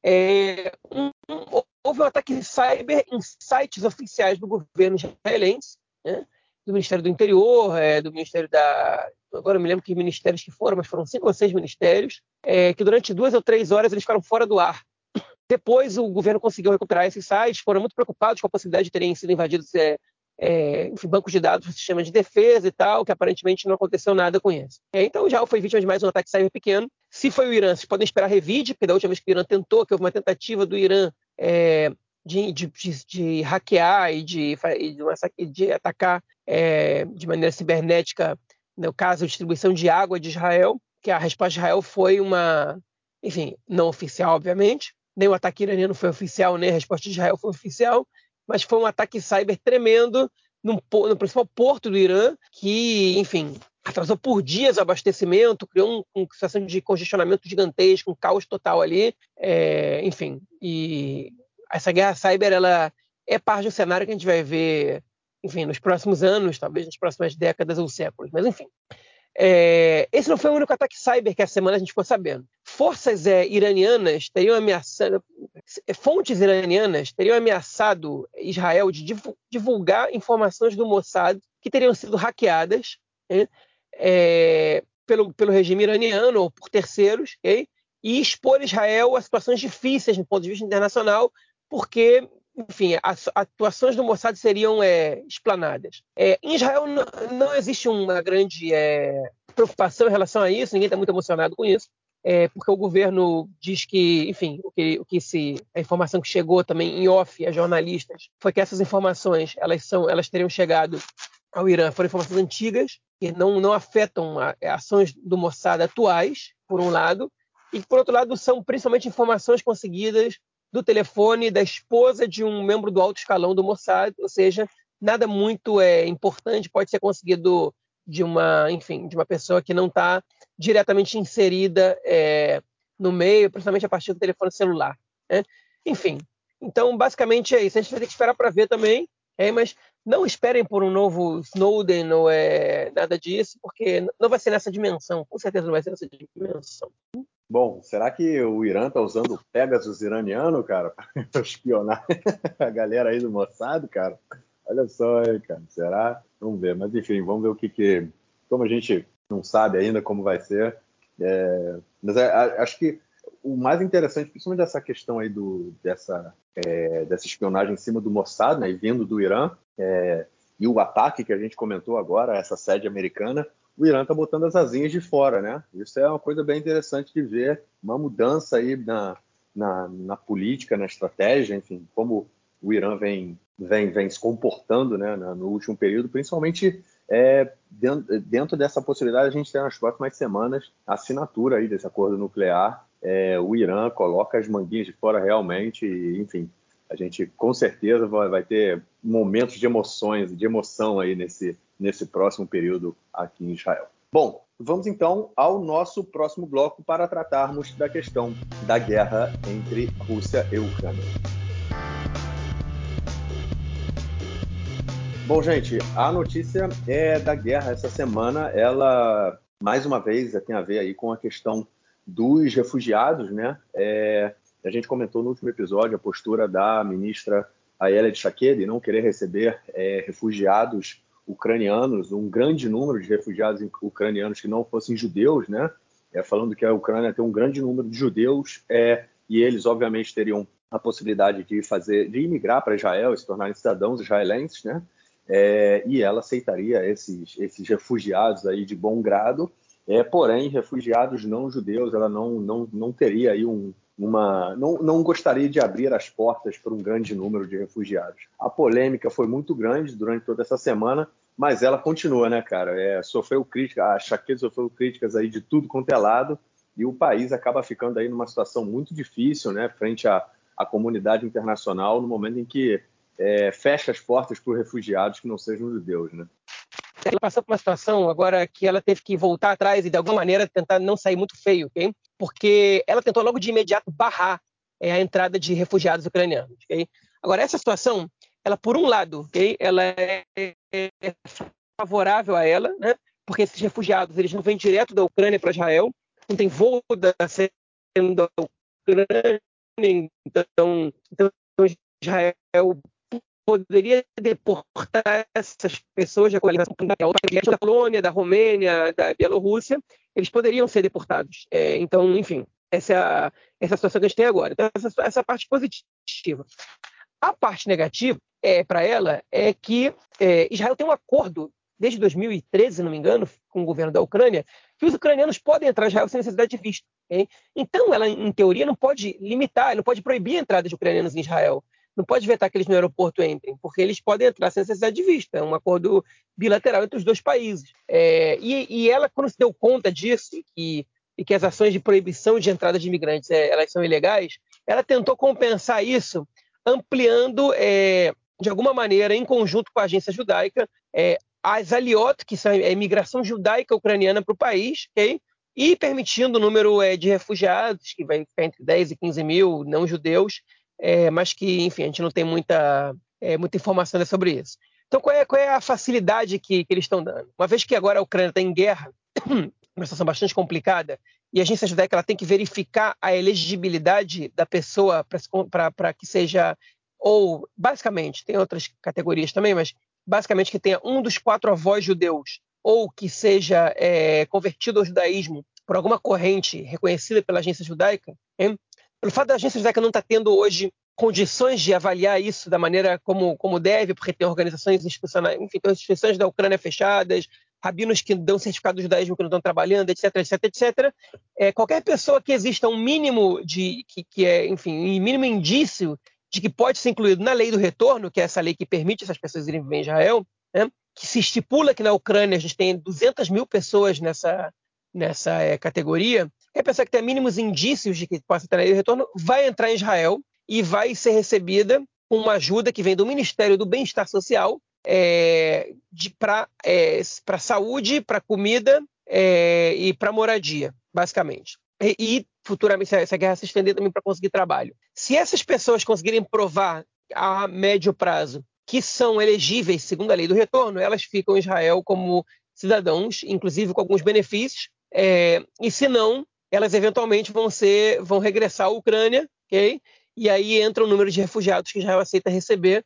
É, um, um, houve um ataque cyber em sites oficiais do governo israelense, né, do Ministério do Interior, é, do Ministério da... Agora eu me lembro que ministérios que foram, mas foram cinco ou seis ministérios, é, que durante duas ou três horas eles ficaram fora do ar. Depois o governo conseguiu recuperar esses sites, foram muito preocupados com a possibilidade de terem sido invadidos é, é, enfim, bancos de dados do sistema de defesa e tal, que aparentemente não aconteceu nada com isso. É, então o Israel foi vítima de mais um ataque cyber pequeno. Se foi o Irã, vocês podem esperar revide, porque da última vez que o Irã tentou, que houve uma tentativa do Irã é, de, de, de, de hackear e de, de, de atacar é, de maneira cibernética, no caso, a distribuição de água de Israel, que a resposta de Israel foi uma, enfim, não oficial, obviamente. Nem o ataque iraniano foi oficial, nem a resposta de Israel foi oficial, mas foi um ataque cyber tremendo no, no principal porto do Irã, que, enfim, atrasou por dias o abastecimento, criou um, uma situação de congestionamento gigantesco, um caos total ali, é, enfim, e essa guerra cyber, ela é parte do cenário que a gente vai ver, enfim, nos próximos anos, talvez nas próximas décadas ou séculos, mas enfim. É, esse não foi o único ataque cyber que essa semana a gente ficou sabendo. Forças é, iranianas teriam ameaçado, fontes iranianas teriam ameaçado Israel de divulgar informações do Mossad que teriam sido hackeadas, né, é, pelo, pelo regime iraniano ou por terceiros, okay, e expor Israel a situações difíceis do ponto de vista internacional, porque, enfim, as atuações do Mossad seriam é, explanadas. É, em Israel não, não existe uma grande é, preocupação em relação a isso, ninguém está muito emocionado com isso, é, porque o governo diz que, enfim, o que, o que se, a informação que chegou também em off a jornalistas foi que essas informações elas, são, elas teriam chegado ao Irã, foram informações antigas, que não, não afetam a, a ações do Mossad atuais, por um lado, e por outro lado são principalmente informações conseguidas do telefone da esposa de um membro do alto escalão do Mossad, ou seja, nada muito é, importante pode ser conseguido de uma, enfim, de uma pessoa que não está diretamente inserida é, no meio, principalmente a partir do telefone celular, né? Enfim, então basicamente é isso. A gente vai ter que esperar para ver também, é, mas não esperem por um novo Snowden ou é, nada disso, porque não vai ser nessa dimensão, com certeza não vai ser nessa dimensão. Bom, será que o Irã tá usando o Pegasus iraniano, cara, para espionar a galera aí do Mossad, cara? Olha só aí, cara. Será? Vamos ver. Mas enfim, vamos ver o que que... Como a gente não sabe ainda como vai ser. É... Mas é, acho que o mais interessante, principalmente dessa questão aí do, dessa, é, dessa espionagem em cima do Mossad, né, vindo do Irã, é, e o ataque que a gente comentou agora, essa sede americana, o Irã está botando as asinhas de fora, né? Isso é uma coisa bem interessante de ver, uma mudança aí na, na, na política, na estratégia, enfim, como o Irã vem, vem, vem se comportando, né, no último período, principalmente é, dentro, dentro dessa possibilidade, a gente tem nas próximas semanas a assinatura aí desse acordo nuclear. É, o Irã coloca as manguinhas de fora realmente, e, enfim, a gente com certeza vai, vai ter momentos de emoções, de emoção aí nesse, nesse próximo período aqui em Israel. Bom, vamos então ao nosso próximo bloco para tratarmos da questão da guerra entre Rússia e Ucrânia. Bom, gente, a notícia é da guerra essa semana. Ela, mais uma vez, tem a ver aí com a questão dos refugiados, né? É, a gente comentou no último episódio a postura da ministra Ayelet Shaked de não querer receber é, refugiados ucranianos, um grande número de refugiados ucranianos que não fossem judeus, né? É, falando que a Ucrânia tem um grande número de judeus é, e eles, obviamente, teriam a possibilidade de fazer, de imigrar para Israel e se tornarem cidadãos israelenses, né? É, e ela aceitaria esses, esses refugiados aí de bom grado, é, porém, refugiados não judeus, ela não, não, não teria aí um, uma... Não, não gostaria de abrir as portas para um grande número de refugiados. A polêmica foi muito grande durante toda essa semana, mas ela continua, né, cara? É, sofreu críticas, a Shaked sofreu críticas aí de tudo quanto é lado, e o país acaba ficando aí numa situação muito difícil, né, frente à, à comunidade internacional, no momento em que É, fecha as portas para os refugiados que não sejam judeus, né? Ela passou por uma situação agora que ela teve que voltar atrás e, de alguma maneira, tentar não sair muito feio, ok? Porque ela tentou logo de imediato barrar é, a entrada de refugiados ucranianos, ok? Agora, essa situação, ela, por um lado, ok? Ela é, é, é favorável a ela, né? Porque esses refugiados, eles não vêm direto da Ucrânia para Israel, não tem voo da da Ucrânia, então, então Israel poderia deportar essas pessoas da coalização da Polônia, da Romênia, da Bielorrússia, eles poderiam ser deportados. É, então, enfim, essa é a, essa é a situação que a gente tem agora. Então, essa, essa parte positiva. A parte negativa, é, para ela, é que é, Israel tem um acordo, desde dois mil e treze, se não me engano, com o governo da Ucrânia, que os ucranianos podem entrar em Israel sem necessidade de visto. Okay? Então, ela, em teoria, não pode limitar, não pode proibir a entrada de ucranianos em Israel. Não pode vetar que eles no aeroporto entrem, porque eles podem entrar sem necessidade de visto. É um acordo bilateral entre os dois países. É, e, e ela, quando se deu conta disso, e, e que as ações de proibição de entrada de imigrantes é, elas são ilegais, ela tentou compensar isso ampliando, é, de alguma maneira, em conjunto com a agência judaica, é, as aliot, que são a imigração judaica ucraniana para o país, okay? E permitindo o número é, de refugiados, que vai ficar entre dez e quinze mil não judeus, é, mas que, enfim, a gente não tem muita, é, muita informação sobre isso. Então, qual é, qual é a facilidade que, que eles estão dando? Uma vez que agora a Ucrânia está em guerra, uma situação bastante complicada, e a agência judaica ela tem que verificar a elegibilidade da pessoa para que seja, ou basicamente, tem outras categorias também, mas basicamente que tenha um dos quatro avós judeus, ou que seja é, convertido ao judaísmo por alguma corrente reconhecida pela agência judaica, hein? Pelo fato da agência judaica não estar tendo hoje condições de avaliar isso da maneira como, como deve, porque tem organizações institucionais, enfim, tem instituições da Ucrânia fechadas, rabinos que dão certificado de judaísmo que não estão trabalhando, etc, etc, etc. É, qualquer pessoa que exista um mínimo de, que, que é, enfim, um mínimo indício de que pode ser incluído na lei do retorno, que é essa lei que permite essas pessoas irem viver em Israel, né, que se estipula que na Ucrânia a gente tem duzentas mil pessoas nessa, nessa é, categoria, qualquer pessoa que tenha mínimos indícios de que possa ter na lei do retorno vai entrar em Israel e vai ser recebida com uma ajuda que vem do Ministério do Bem-Estar Social é, para é, saúde, para comida é, e para moradia, basicamente. E, e futuramente, se essa guerra se estender também para conseguir trabalho. Se essas pessoas conseguirem provar a médio prazo que são elegíveis segundo a lei do retorno, elas ficam em Israel como cidadãos, inclusive com alguns benefícios, é, e se não, elas eventualmente vão, ser, vão regressar à Ucrânia, ok? E aí entra o número de refugiados que Israel aceita receber,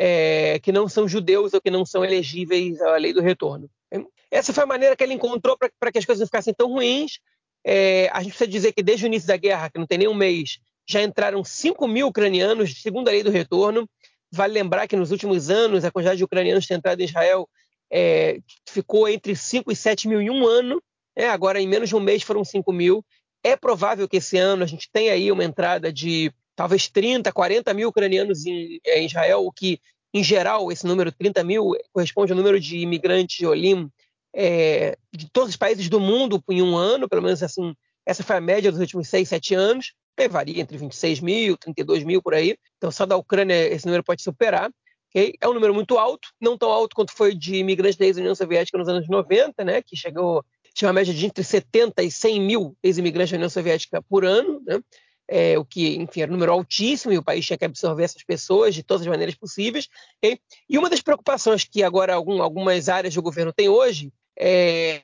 é, que não são judeus ou que não são elegíveis à lei do retorno. Essa foi a maneira que ele encontrou para que as coisas não ficassem tão ruins. É, a gente precisa dizer que desde o início da guerra, que não tem nem um mês, já entraram cinco mil ucranianos, segundo a lei do retorno. Vale lembrar que nos últimos anos a quantidade de ucranianos que tem entrado em Israel é, ficou entre cinco e sete mil em um ano. É, agora, em menos de um mês, foram cinco mil. É provável que esse ano a gente tenha aí uma entrada de talvez trinta, quarenta mil ucranianos em, em Israel, o que, em geral, esse número trinta mil corresponde ao número de imigrantes de Olim é, de todos os países do mundo em um ano, pelo menos assim, essa foi a média dos últimos seis, sete anos, varia entre vinte e seis mil, trinta e dois mil por aí, então só da Ucrânia esse número pode superar, okay? É um número muito alto, não tão alto quanto foi de imigrantes da ex-União Soviética nos anos noventa, né, que chegou, tinha uma média de entre setenta e cem mil ex-imigrantes da União Soviética por ano, né? é, o que, enfim, era um número altíssimo e o país tinha que absorver essas pessoas de todas as maneiras possíveis. Okay? E uma das preocupações que agora algum, algumas áreas do governo têm hoje é,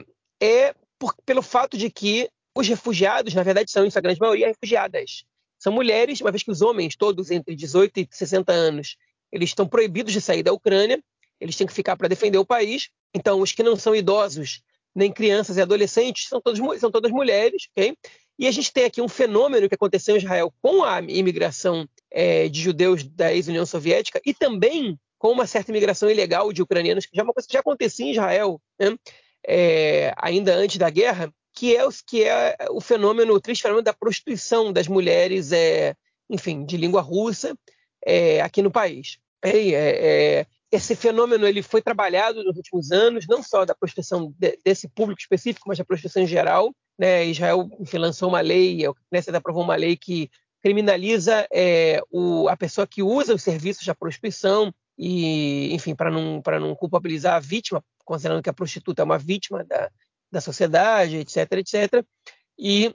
é por, pelo fato de que os refugiados, na verdade, são, em sua grande maioria, refugiadas. São mulheres, uma vez que os homens, todos entre dezoito e sessenta anos, eles estão proibidos de sair da Ucrânia, eles têm que ficar para defender o país. Então, os que não são idosos, nem crianças e adolescentes, são, todos, são todas mulheres, ok? E a gente tem aqui um fenômeno que aconteceu em Israel com a imigração é, de judeus da ex-União Soviética e também com uma certa imigração ilegal de ucranianos, que já é uma coisa que já acontecia em Israel, né? É, ainda antes da guerra, que é, que é o fenômeno, o triste fenômeno da prostituição das mulheres, é, enfim, de língua russa, é, aqui no país. É, é, esse fenômeno ele foi trabalhado nos últimos anos, não só da prostituição de, desse público específico, mas da prostituição em geral. Né? Israel, enfim, lançou uma lei, a Knesset aprovou uma lei que criminaliza é, o, a pessoa que usa os serviços da prostituição e, enfim, para não, para não culpabilizar a vítima, considerando que a prostituta é uma vítima da, da sociedade, etc, etcétera. E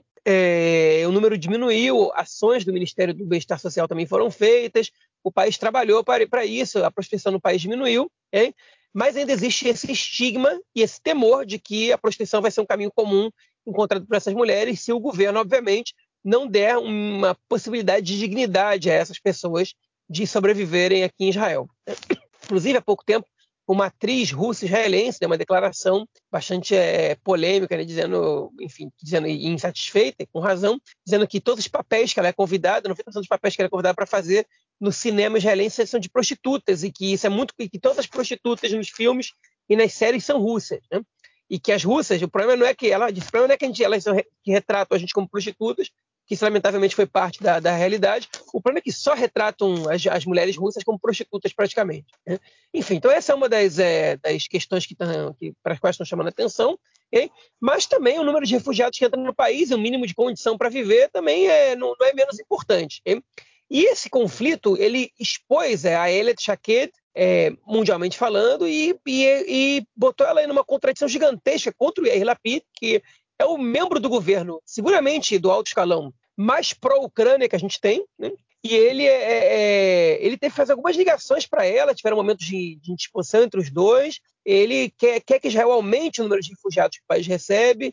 é, o número diminuiu, ações do Ministério do Bem-Estar Social também foram feitas, o país trabalhou para isso, a prostituição no país diminuiu, hein? Mas ainda existe esse estigma e esse temor de que a prostituição vai ser um caminho comum encontrado por essas mulheres se o governo, obviamente, não der uma possibilidade de dignidade a essas pessoas de sobreviverem aqui em Israel. Inclusive, há pouco tempo, uma atriz russa-israelense deu uma declaração bastante é, polêmica, né, dizendo, enfim, dizendo insatisfeita, com razão, dizendo que todos os papéis que ela é convidada, noventa por cento dos papéis que ela é convidada para fazer no cinema israelense são de prostitutas, e que isso é muito, e que todas as prostitutas nos filmes e nas séries são russas, né? E que as russas, o problema não é que ela, o problema não é que a gente, elas que retratam a gente como prostitutas, que isso lamentavelmente foi parte da, da realidade. O problema é que só retratam as, as mulheres russas como prostitutas praticamente, né? Enfim, então essa é uma das, é, das questões que, tão, que, para as quais estão chamando a atenção, okay? Mas também o número de refugiados que entram no país, o mínimo de condição para viver, também é, não, não é menos importante, okay? E esse conflito, ele expôs é, a Ayelet Shaked, é, mundialmente falando, e, e, e botou ela em uma contradição gigantesca contra o Yair Lapid, que é o membro do governo, seguramente do alto escalão, mais pró-Ucrânia que a gente tem, né? E ele, é, é, ele teve que fazer algumas ligações para ela, tiveram momentos de, de indisposição entre os dois. Ele quer, quer que Israel aumente o número de refugiados que o país recebe,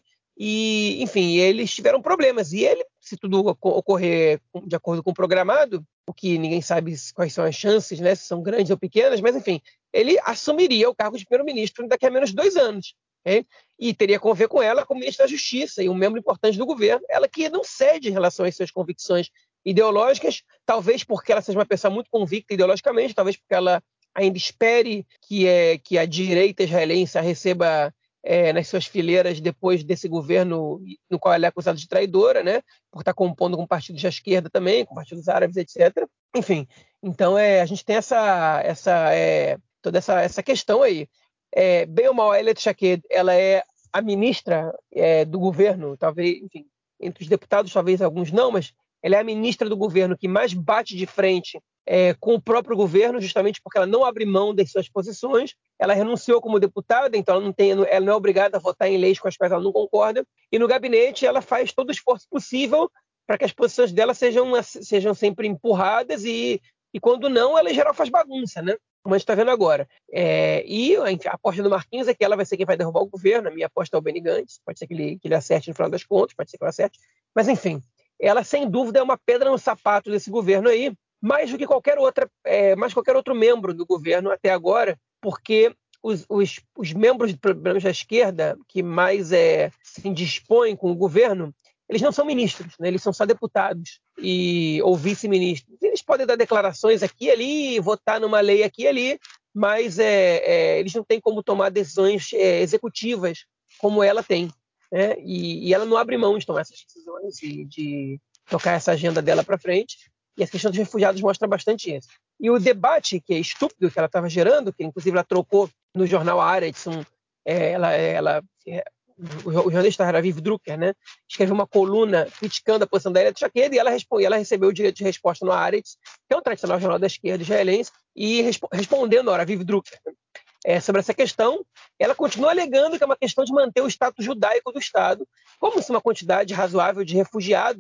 e, enfim, eles tiveram problemas. E ele, se tudo ocorrer de acordo com o programado, o que ninguém sabe quais são as chances, né, se são grandes ou pequenas, mas, enfim, ele assumiria o cargo de primeiro-ministro daqui a menos de dois anos. Okay? E teria que conver com ela como ministra da Justiça e um membro importante do governo, ela que não cede em relação às suas convicções ideológicas, talvez porque ela seja uma pessoa muito convicta ideologicamente, talvez porque ela ainda espere que, é, que a direita israelense a receba é, nas suas fileiras depois desse governo no qual ela é acusada de traidora, né, por estar compondo com partidos da esquerda também, com partidos árabes, etcétera. Enfim, então é, a gente tem essa, essa, é, toda essa, essa questão aí. É, bem ou mal, a Ayelet Shaked, ela é a ministra é, do governo, talvez, enfim, entre os deputados, talvez alguns não, mas ela é a ministra do governo que mais bate de frente é, com o próprio governo, justamente porque ela não abre mão das suas posições. Ela renunciou como deputada, então ela não, tem, ela não é obrigada a votar em leis com as quais ela não concorda. E no gabinete ela faz todo o esforço possível para que as posições dela sejam, sejam sempre empurradas e, e quando não, ela em geral faz bagunça, né? Como a gente está vendo agora. É, e enfim, a aposta do Marquinhos é que ela vai ser quem vai derrubar o governo. A minha aposta é o Benny Gantz. Pode ser que ele, que ele acerte no final das contas, pode ser que ele acerte. Mas, enfim, ela, sem dúvida, é uma pedra no sapato desse governo aí, mais do que qualquer outra, é, mais qualquer outro membro do governo até agora, porque os, os, os membros da esquerda que mais é, se indispõem com o governo, eles não são ministros, né? Eles são só deputados e, ou vice-ministros. Eles podem dar declarações aqui e ali, votar numa lei aqui e ali, mas é, é, eles não têm como tomar decisões é, executivas como ela tem. Né? E, e ela não abre mão de tomar essas decisões e de tocar essa agenda dela para frente. E a questão dos refugiados mostra bastante isso. E o debate, que é estúpido, que ela estava gerando, que inclusive ela trocou no jornal Haaretz, um, é, ela, ela é, o jornalista Raviv Drucker, né, escreveu uma coluna criticando a posição da Ayelet Shaked e ela, responde, ela recebeu o direito de resposta no Haaretz, que é um tradicional jornal da esquerda israelense, e respo, respondendo ao Raviv Drucker é, sobre essa questão, ela continua alegando que é uma questão de manter o status judaico do Estado, como se uma quantidade razoável de refugiados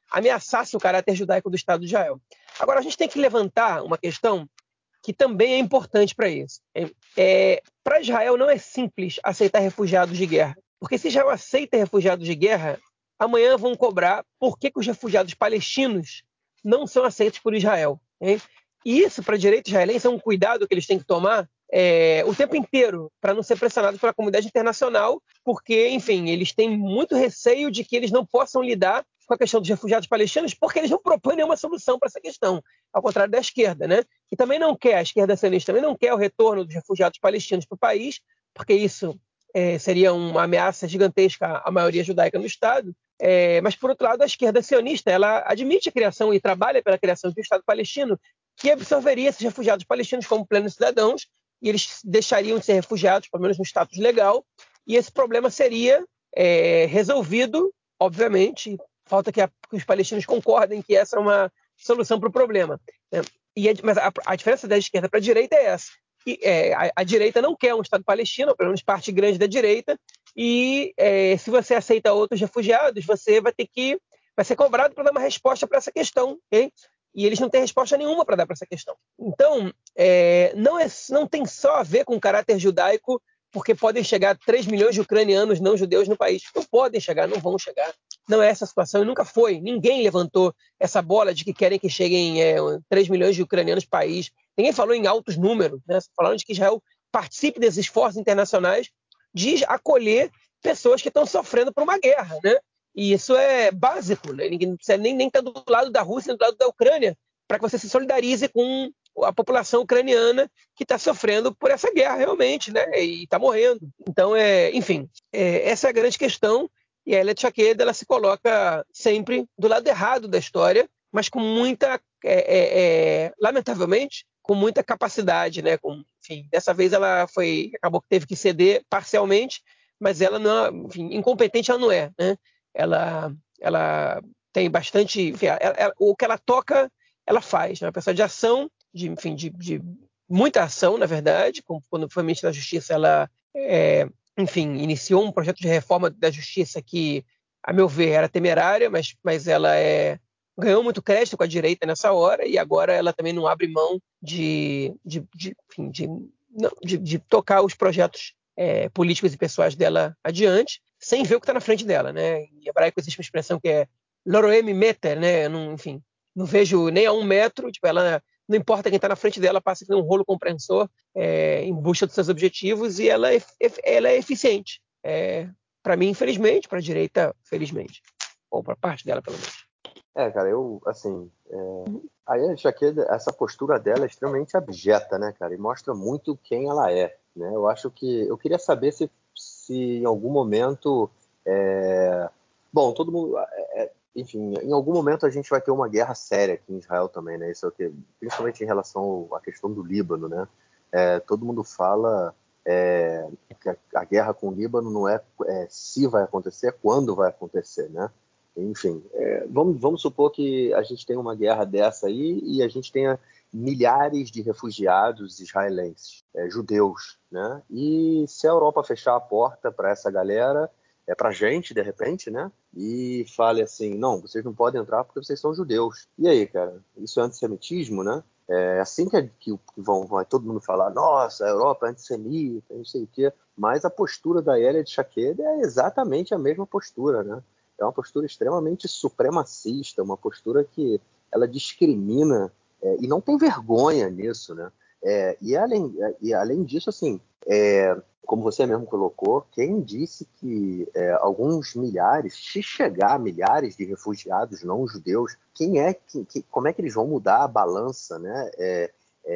ameaçasse o caráter judaico do Estado de Israel. Agora, a gente tem que levantar uma questão que também é importante para isso. É, é, para Israel não é simples aceitar refugiados de guerra, porque se Israel aceita refugiados de guerra, amanhã vão cobrar por que, que os refugiados palestinos não são aceitos por Israel. Hein? E isso, para a direita israelense, é um cuidado que eles têm que tomar é, o tempo inteiro, para não ser pressionados pela comunidade internacional, porque, enfim, eles têm muito receio de que eles não possam lidar com a questão dos refugiados palestinos, porque eles não propõem nenhuma solução para essa questão, ao contrário da esquerda, né? Que também não quer, a esquerda sionista também não quer o retorno dos refugiados palestinos para o país, porque isso é, seria uma ameaça gigantesca à maioria judaica no Estado. É, mas, por outro lado, a esquerda sionista, ela admite a criação e trabalha pela criação de um Estado palestino que absorveria esses refugiados palestinos como plenos cidadãos, e eles deixariam de ser refugiados, pelo menos no status legal, e esse problema seria é, resolvido, obviamente, falta que, a, que os palestinos concordem que essa é uma solução para o problema. Né? E a, mas a, a diferença da esquerda para a direita é essa, que é, a, a direita não quer um Estado palestino, pelo menos parte grande da direita, e é, se você aceita outros refugiados, você vai ter que vai ser cobrado para dar uma resposta para essa questão, okay? E eles não têm resposta nenhuma para dar para essa questão. Então, é, não, é, não tem só a ver com o caráter judaico, porque podem chegar três milhões de ucranianos não judeus no país. Não podem chegar, não vão chegar. Não é essa a situação e nunca foi. Ninguém levantou essa bola de que querem que cheguem é, três milhões de ucranianos no país. Ninguém falou em altos números, né? Falaram de que Israel participe desses esforços internacionais de acolher pessoas que estão sofrendo por uma guerra, né? E isso é básico, né? Ninguém precisa nem, nem estar do lado da Rússia, do lado da Ucrânia, para que você se solidarize com a população ucraniana que está sofrendo por essa guerra realmente, né? E está morrendo. Então, é, enfim, é, essa é a grande questão. E a Ayelet Shaked, ela se coloca sempre do lado errado da história, mas com muita, é, é, é, lamentavelmente, com muita capacidade, né? Com, enfim, dessa vez ela foi, acabou que teve que ceder parcialmente, mas ela não, enfim, incompetente ela não é, né? Ela, ela tem bastante, enfim, ela, ela, o que ela toca, ela faz, né? Uma pessoa de ação, de, enfim, de, de muita ação, na verdade, como quando foi ministra da Justiça, ela, é, enfim, iniciou um projeto de reforma da Justiça que, a meu ver, era temerária, mas, mas ela é, ganhou muito crédito com a direita nessa hora e agora ela também não abre mão de, de, de, enfim, de, não, de, de tocar os projetos é, políticos e pessoais dela adiante, sem ver o que está na frente dela, né? Em hebraico existe uma expressão que é loroem meter, né? Não, enfim, não vejo nem a um metro, tipo, ela não importa quem está na frente dela, passa que nem um rolo compressor é, em busca dos seus objetivos e ela é, ela é eficiente. É, para mim, infelizmente, para a direita, felizmente. Ou para parte dela, pelo menos. É, cara, eu, assim, é... aí já que essa postura dela é extremamente abjeta, né, cara, e mostra muito quem ela é, né? Eu acho que, eu queria saber se, se em algum momento, é... bom, todo mundo, é... enfim, em algum momento a gente vai ter uma guerra séria aqui em Israel também, né? Isso é o que, principalmente em relação à questão do Líbano, né? É, todo mundo fala é, que a, a guerra com o Líbano não é, é se vai acontecer, é quando vai acontecer, né? Enfim, é, vamos, vamos supor que a gente tenha uma guerra dessa aí e a gente tenha milhares de refugiados israelenses, é, judeus, né? E se a Europa fechar a porta para essa galera, é para a gente, de repente, né? E fale assim, não, vocês não podem entrar porque vocês são judeus. E aí, cara? Isso é antissemitismo, né? É assim que, que, que vão, vai todo mundo falar, nossa, a Europa é antissemita, não sei o quê. Mas a postura da Ayelet Shaked é exatamente a mesma postura, né? É uma postura extremamente supremacista, uma postura que ela discrimina é, e não tem vergonha nisso, né? É, e, além, e além disso, assim, é, como você mesmo colocou, quem disse que é, alguns milhares, se chegar a milhares de refugiados não judeus, quem é, que, que, como é que eles vão mudar a balança, né? É,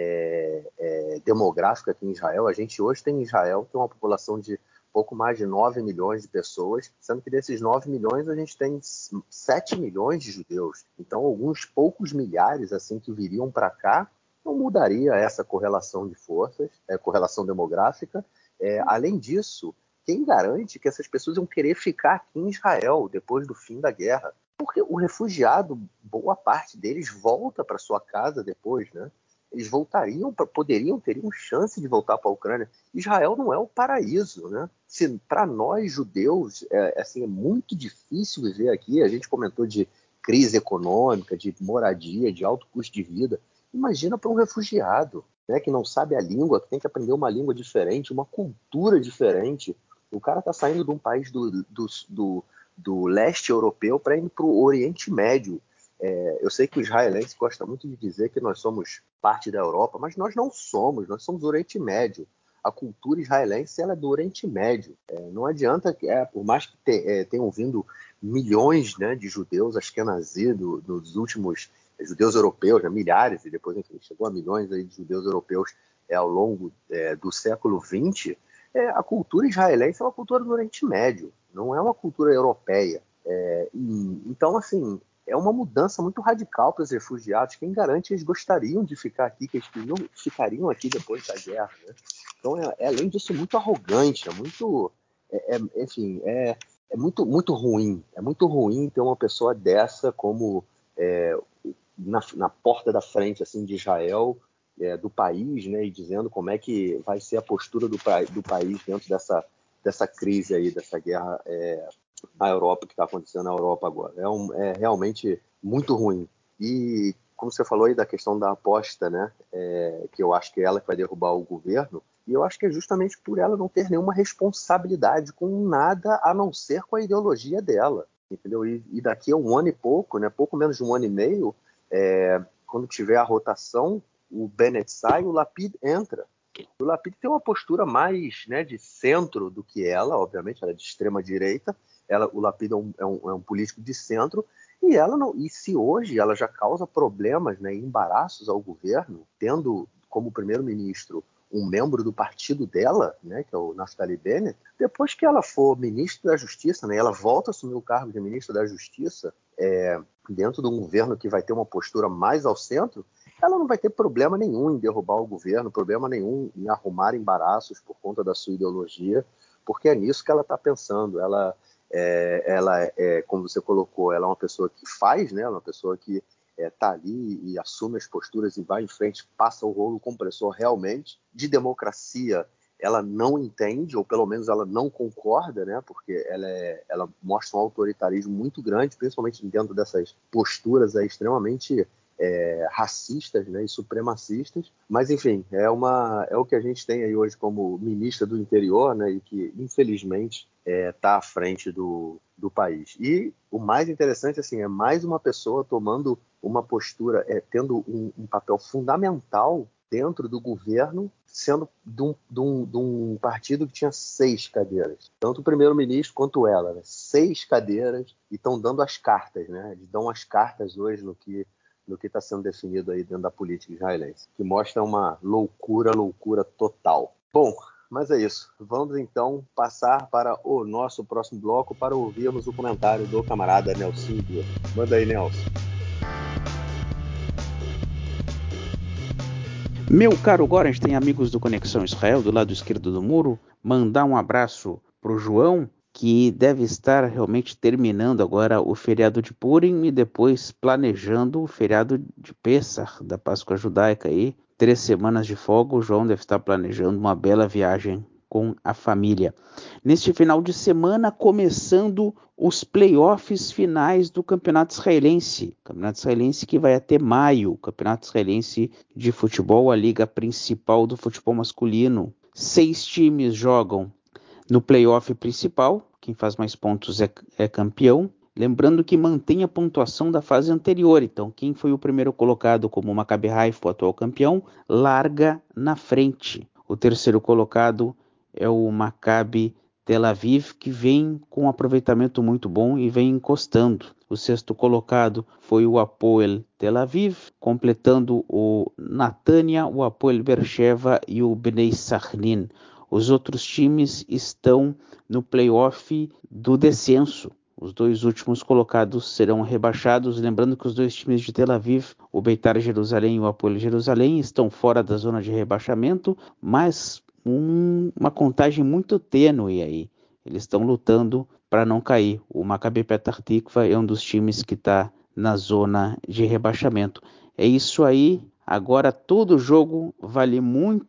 é, é, demográfica aqui em Israel? A gente hoje tem em Israel tem uma população de pouco mais de nove milhões de pessoas, sendo que desses nove milhões a gente tem sete milhões de judeus. Então, alguns poucos milhares assim que viriam para cá não mudaria essa correlação de forças, é, correlação demográfica. É, além disso, quem garante que essas pessoas vão querer ficar aqui em Israel depois do fim da guerra? Porque o refugiado, boa parte deles volta para sua casa depois, né? Eles voltariam, poderiam, teriam chance de voltar para a Ucrânia. Israel não é o paraíso, né? Para nós judeus, é, assim, é muito difícil viver aqui. A gente comentou de crise econômica, de moradia, de alto custo de vida. Imagina para um refugiado, né, que não sabe a língua, que tem que aprender uma língua diferente, uma cultura diferente. O cara está saindo de um país do, do, do, do leste europeu para ir para o Oriente Médio. É, eu sei que o israelense gosta muito de dizer que nós somos parte da Europa, mas nós não somos, nós somos o Oriente Médio. A cultura israelense ela é do Oriente Médio. É, não adianta, é, por mais que te, é, tenham vindo milhões, né, de judeus ashkenazí do, dos últimos é, judeus europeus, né, milhares, e depois enfim, chegou a milhões aí de judeus europeus é, ao longo é, do século vinte, é, a cultura israelense é uma cultura do Oriente Médio, não é uma cultura europeia. É, e, então, assim, é uma mudança muito radical para os refugiados. Quem garante eles gostariam de ficar aqui, que eles não ficariam aqui depois da guerra, né? Então, é, é, além disso, muito arrogante, é muito, é, é, enfim, é, é muito, muito ruim. É muito ruim ter uma pessoa dessa como é, na, na porta da frente assim, de Israel, é, do país, né, e dizendo como é que vai ser a postura do, do país dentro dessa, dessa crise aí, dessa guerra é, na Europa, que está acontecendo na Europa agora. É, um, é realmente muito ruim. E, como você falou aí da questão da aposta, né, é, que eu acho que é ela que vai derrubar o governo, e eu acho que é justamente por ela não ter nenhuma responsabilidade com nada a não ser com a ideologia dela, entendeu? E, e daqui a um ano e pouco, né, pouco menos de um ano e meio, é, quando tiver a rotação, o Bennett sai, o Lapid entra. O Lapid tem uma postura mais, né, de centro do que ela, obviamente, ela é de extrema direita, ela, o Lapid é um, é, um, é um político de centro, e ela não, e se hoje ela já causa problemas, né, embaraços ao governo, tendo como primeiro-ministro um membro do partido dela, né, que é o Naftali Bennett, depois que ela for ministro da Justiça, né, ela volta a assumir o cargo de ministro da Justiça, é, dentro de um governo que vai ter uma postura mais ao centro, ela não vai ter problema nenhum em derrubar o governo, problema nenhum em arrumar embaraços por conta da sua ideologia, porque é nisso que ela está pensando. Ela, é, ela é, como você colocou, ela é uma pessoa que faz, né, ela é uma pessoa que está é, ali e assume as posturas e vai em frente, passa o rolo compressor realmente. De democracia, ela não entende, ou pelo menos ela não concorda, né, porque ela, é, ela mostra um autoritarismo muito grande, principalmente dentro dessas posturas aí, extremamente é, racistas, né, e supremacistas. Mas, enfim, é, uma, é o que a gente tem aí hoje como ministra do interior, né, e que, infelizmente, está é, tá à frente do, do país. E o mais interessante assim, é mais uma pessoa tomando uma postura, é, tendo um, um papel fundamental dentro do governo, sendo de um, de, um, de um partido que tinha seis cadeiras. Tanto o primeiro-ministro quanto ela, né? Seis cadeiras, e estão dando as cartas, né? Eles dão as cartas hoje no que no que está sendo definido aí dentro da política israelense, que mostra uma loucura, loucura total. Bom, mas é isso. Vamos então passar para o nosso próximo bloco para ouvirmos o comentário do camarada Nelson Dias. Manda aí, Nelson. Meu caro Goran, tem amigos do Conexão Israel do lado esquerdo do muro. Mandar um abraço para o João, que deve estar realmente terminando agora o feriado de Purim e depois planejando o feriado de Pessach, da Páscoa Judaica aí. Três semanas de folga, o João deve estar planejando uma bela viagem com a família. Neste final de semana, começando os playoffs finais do Campeonato Israelense. Campeonato Israelense que vai até maio. Campeonato Israelense de futebol, a liga principal do futebol masculino. Seis times jogam no playoff principal. Quem faz mais pontos é, é campeão. Lembrando que mantém a pontuação da fase anterior. Então, quem foi o primeiro colocado como o Maccabi Haifa, o atual campeão, larga na frente. O terceiro colocado é o Maccabi Tel Aviv, que vem com um aproveitamento muito bom e vem encostando. O sexto colocado foi o Hapoel Tel Aviv, completando o Natânia, o Hapoel Beersheva e o Bnei Sachnin. Os outros times estão no playoff do descenso. Os dois últimos colocados serão rebaixados. Lembrando que os dois times de Tel Aviv, o Beitar Jerusalém e o Hapoel Jerusalém, estão fora da zona de rebaixamento, mas um, uma contagem muito tênue aí. Eles estão lutando para não cair. O Maccabi Petach Tikva é um dos times que está na zona de rebaixamento. É isso aí. Agora todo jogo vale muito.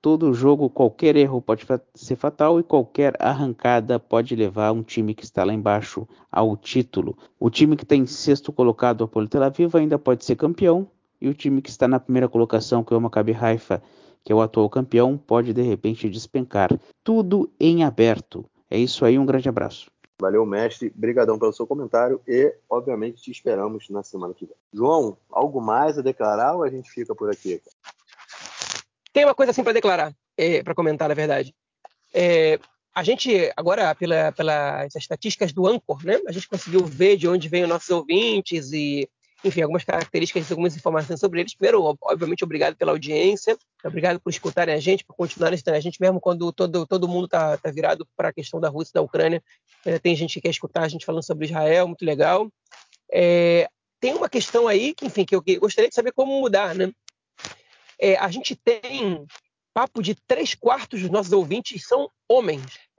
todo jogo, qualquer erro pode fa- ser fatal e qualquer arrancada pode levar um time que está lá embaixo ao título. O time que está em sexto colocado, o Apolo Tel Aviv, ainda pode ser campeão, e o time que está na primeira colocação, que é o Maccabi Haifa, que é o atual campeão, pode de repente despencar. Tudo em aberto. É isso aí, um grande abraço. Valeu, mestre. Brigadão pelo seu comentário e, obviamente, te esperamos na semana que vem. João, algo mais a declarar ou a gente fica por aqui? Tem uma coisa assim para declarar, é, para comentar, na verdade. É, a gente, agora, pela, pelas estatísticas do Anchor, né, a gente conseguiu ver de onde vêm os nossos ouvintes e, enfim, algumas características, algumas informações sobre eles. Primeiro, obviamente, obrigado pela audiência, obrigado por escutarem a gente, por continuarem escutando a gente, mesmo quando todo, todo mundo está tá virado para a questão da Rússia e da Ucrânia. É, tem gente que quer escutar a gente falando sobre Israel, muito legal. É, tem uma questão aí que, enfim, que eu gostaria de saber como mudar, né? É, a gente tem papo de três quartos dos nossos ouvintes são homens.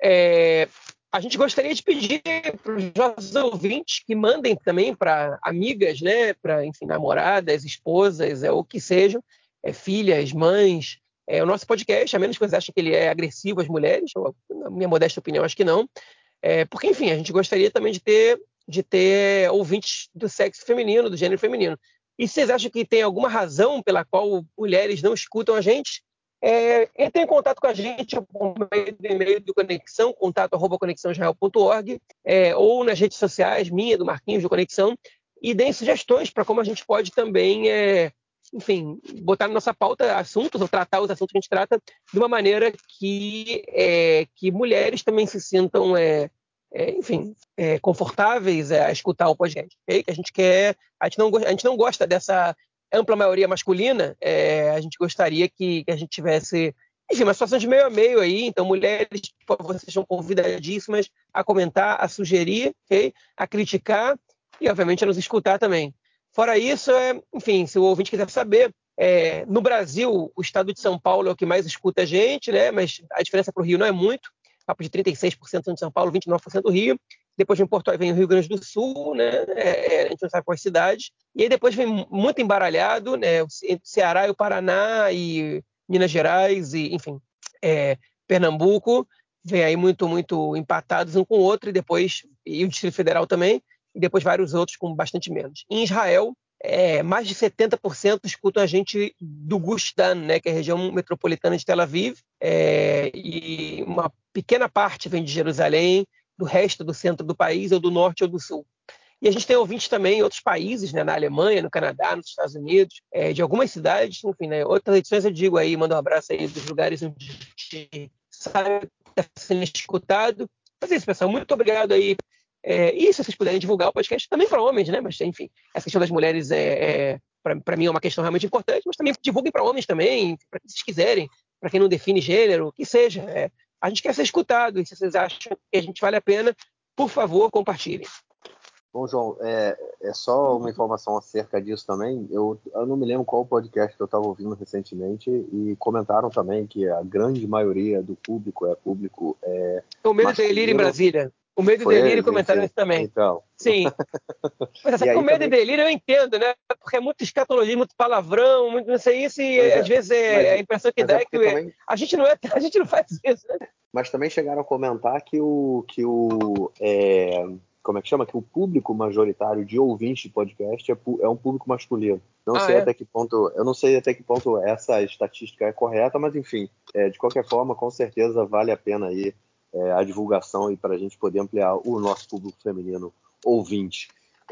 É, a gente gostaria de pedir para os nossos ouvintes que mandem também para amigas, né, para, enfim, namoradas, esposas, é, ou que sejam, é, filhas, mães, é, o nosso podcast, a menos que você ache que ele é agressivo às mulheres, ou, na minha modesta opinião, acho que não. É, porque, enfim, a gente gostaria também de ter, de ter ouvintes do sexo feminino, do gênero feminino. E se vocês acham que tem alguma razão pela qual mulheres não escutam a gente, é, entrem em contato com a gente por meio do e-mail do Conexão, contato arroba conexão israel ponto org, é, ou nas redes sociais, minha, do Marquinhos, do Conexão, e deem sugestões para como a gente pode também, é, enfim, botar na nossa pauta assuntos, ou tratar os assuntos que a gente trata de uma maneira que, é, que mulheres também se sintam, é, é, enfim, é, confortáveis a escutar o podcast. Okay? Que a gente quer, a gente, não, a gente não gosta dessa ampla maioria masculina, é, a gente gostaria que, que a gente tivesse, enfim, uma situação de meio a meio aí. Então, mulheres, por favor, vocês são convidadíssimas a comentar, a sugerir, okay? A criticar e, obviamente, a nos escutar também. Fora isso, é, enfim, se o ouvinte quiser saber, é, no Brasil, o estado de São Paulo é o que mais escuta a gente, né? Mas a diferença para o Rio não é muito, papo de trinta e seis por cento de São Paulo, vinte e nove por cento do Rio. Depois vem, Porto, vem o Rio Grande do Sul, né? É, a gente não sabe quais cidades. E aí depois vem muito embaralhado, né? O Ceará e o Paraná e Minas Gerais e, enfim, é, Pernambuco. Vem aí muito, muito empatados um com o outro, e depois, e o Distrito Federal também, e depois vários outros com bastante menos. Em Israel, é, mais de setenta por cento escutam a gente do Gush Dan, né, que é a região metropolitana de Tel Aviv, é, e uma pequena parte vem de Jerusalém, do resto do centro do país, ou do norte ou do sul. E a gente tem ouvintes também em outros países, né, na Alemanha, no Canadá, nos Estados Unidos, é, de algumas cidades, enfim, né, outras edições eu digo aí, mando um abraço aí dos lugares onde a gente sabe que está sendo escutado. Mas é isso, pessoal, muito obrigado aí. É, e se vocês puderem divulgar o podcast também para homens, né? Mas, enfim, essa questão das mulheres, é, é, para mim, é uma questão realmente importante, mas também divulguem para homens também, para quem vocês quiserem, para quem não define gênero, que seja. É, a gente quer ser escutado, e se vocês acham que a gente vale a pena, por favor, compartilhem. Bom, João, é, é só uma informação acerca disso também. Eu, eu não me lembro qual podcast que eu estava ouvindo recentemente, e comentaram também que a grande maioria do público é público é, O medo masculino. e delírio em Brasília. O medo e delírio comentaram isso também. Então. Sim. Mas essa com medo também... e delírio eu entendo, né? Porque é muito escatologia, muito palavrão, muito não sei isso, e mas às é, vezes é, a impressão que dá é, é que também... a gente não é, a gente não faz isso, né? Mas também chegaram a comentar que o que o é... como é que chama? Que o público majoritário de ouvintes de podcast é, é um público masculino. Não ah, sei é? até que ponto, eu não sei até que ponto essa estatística é correta, mas enfim, é, de qualquer forma, com certeza vale a pena aí é, a divulgação e para a gente poder ampliar o nosso público feminino ouvinte.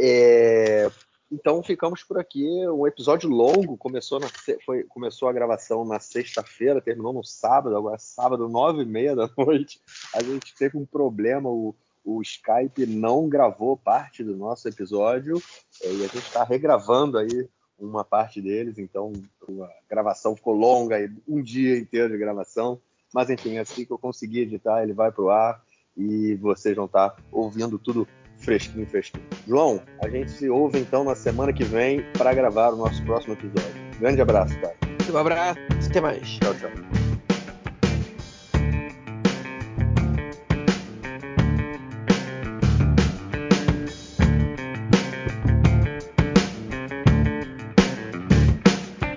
É, então ficamos por aqui. Um episódio longo, começou, na, foi, começou a gravação na sexta-feira, terminou no sábado, agora é sábado, nove e meia da noite. A gente teve um problema, o O Skype não gravou parte do nosso episódio e a gente está regravando aí uma parte deles, então a gravação ficou longa, um dia inteiro de gravação, mas enfim, assim que eu conseguir editar, ele vai pro ar e vocês vão estar ouvindo tudo fresquinho, fresquinho. João, a gente se ouve então na semana que vem para gravar o nosso próximo episódio. Grande abraço, cara. Um abraço, até mais. Tchau, tchau.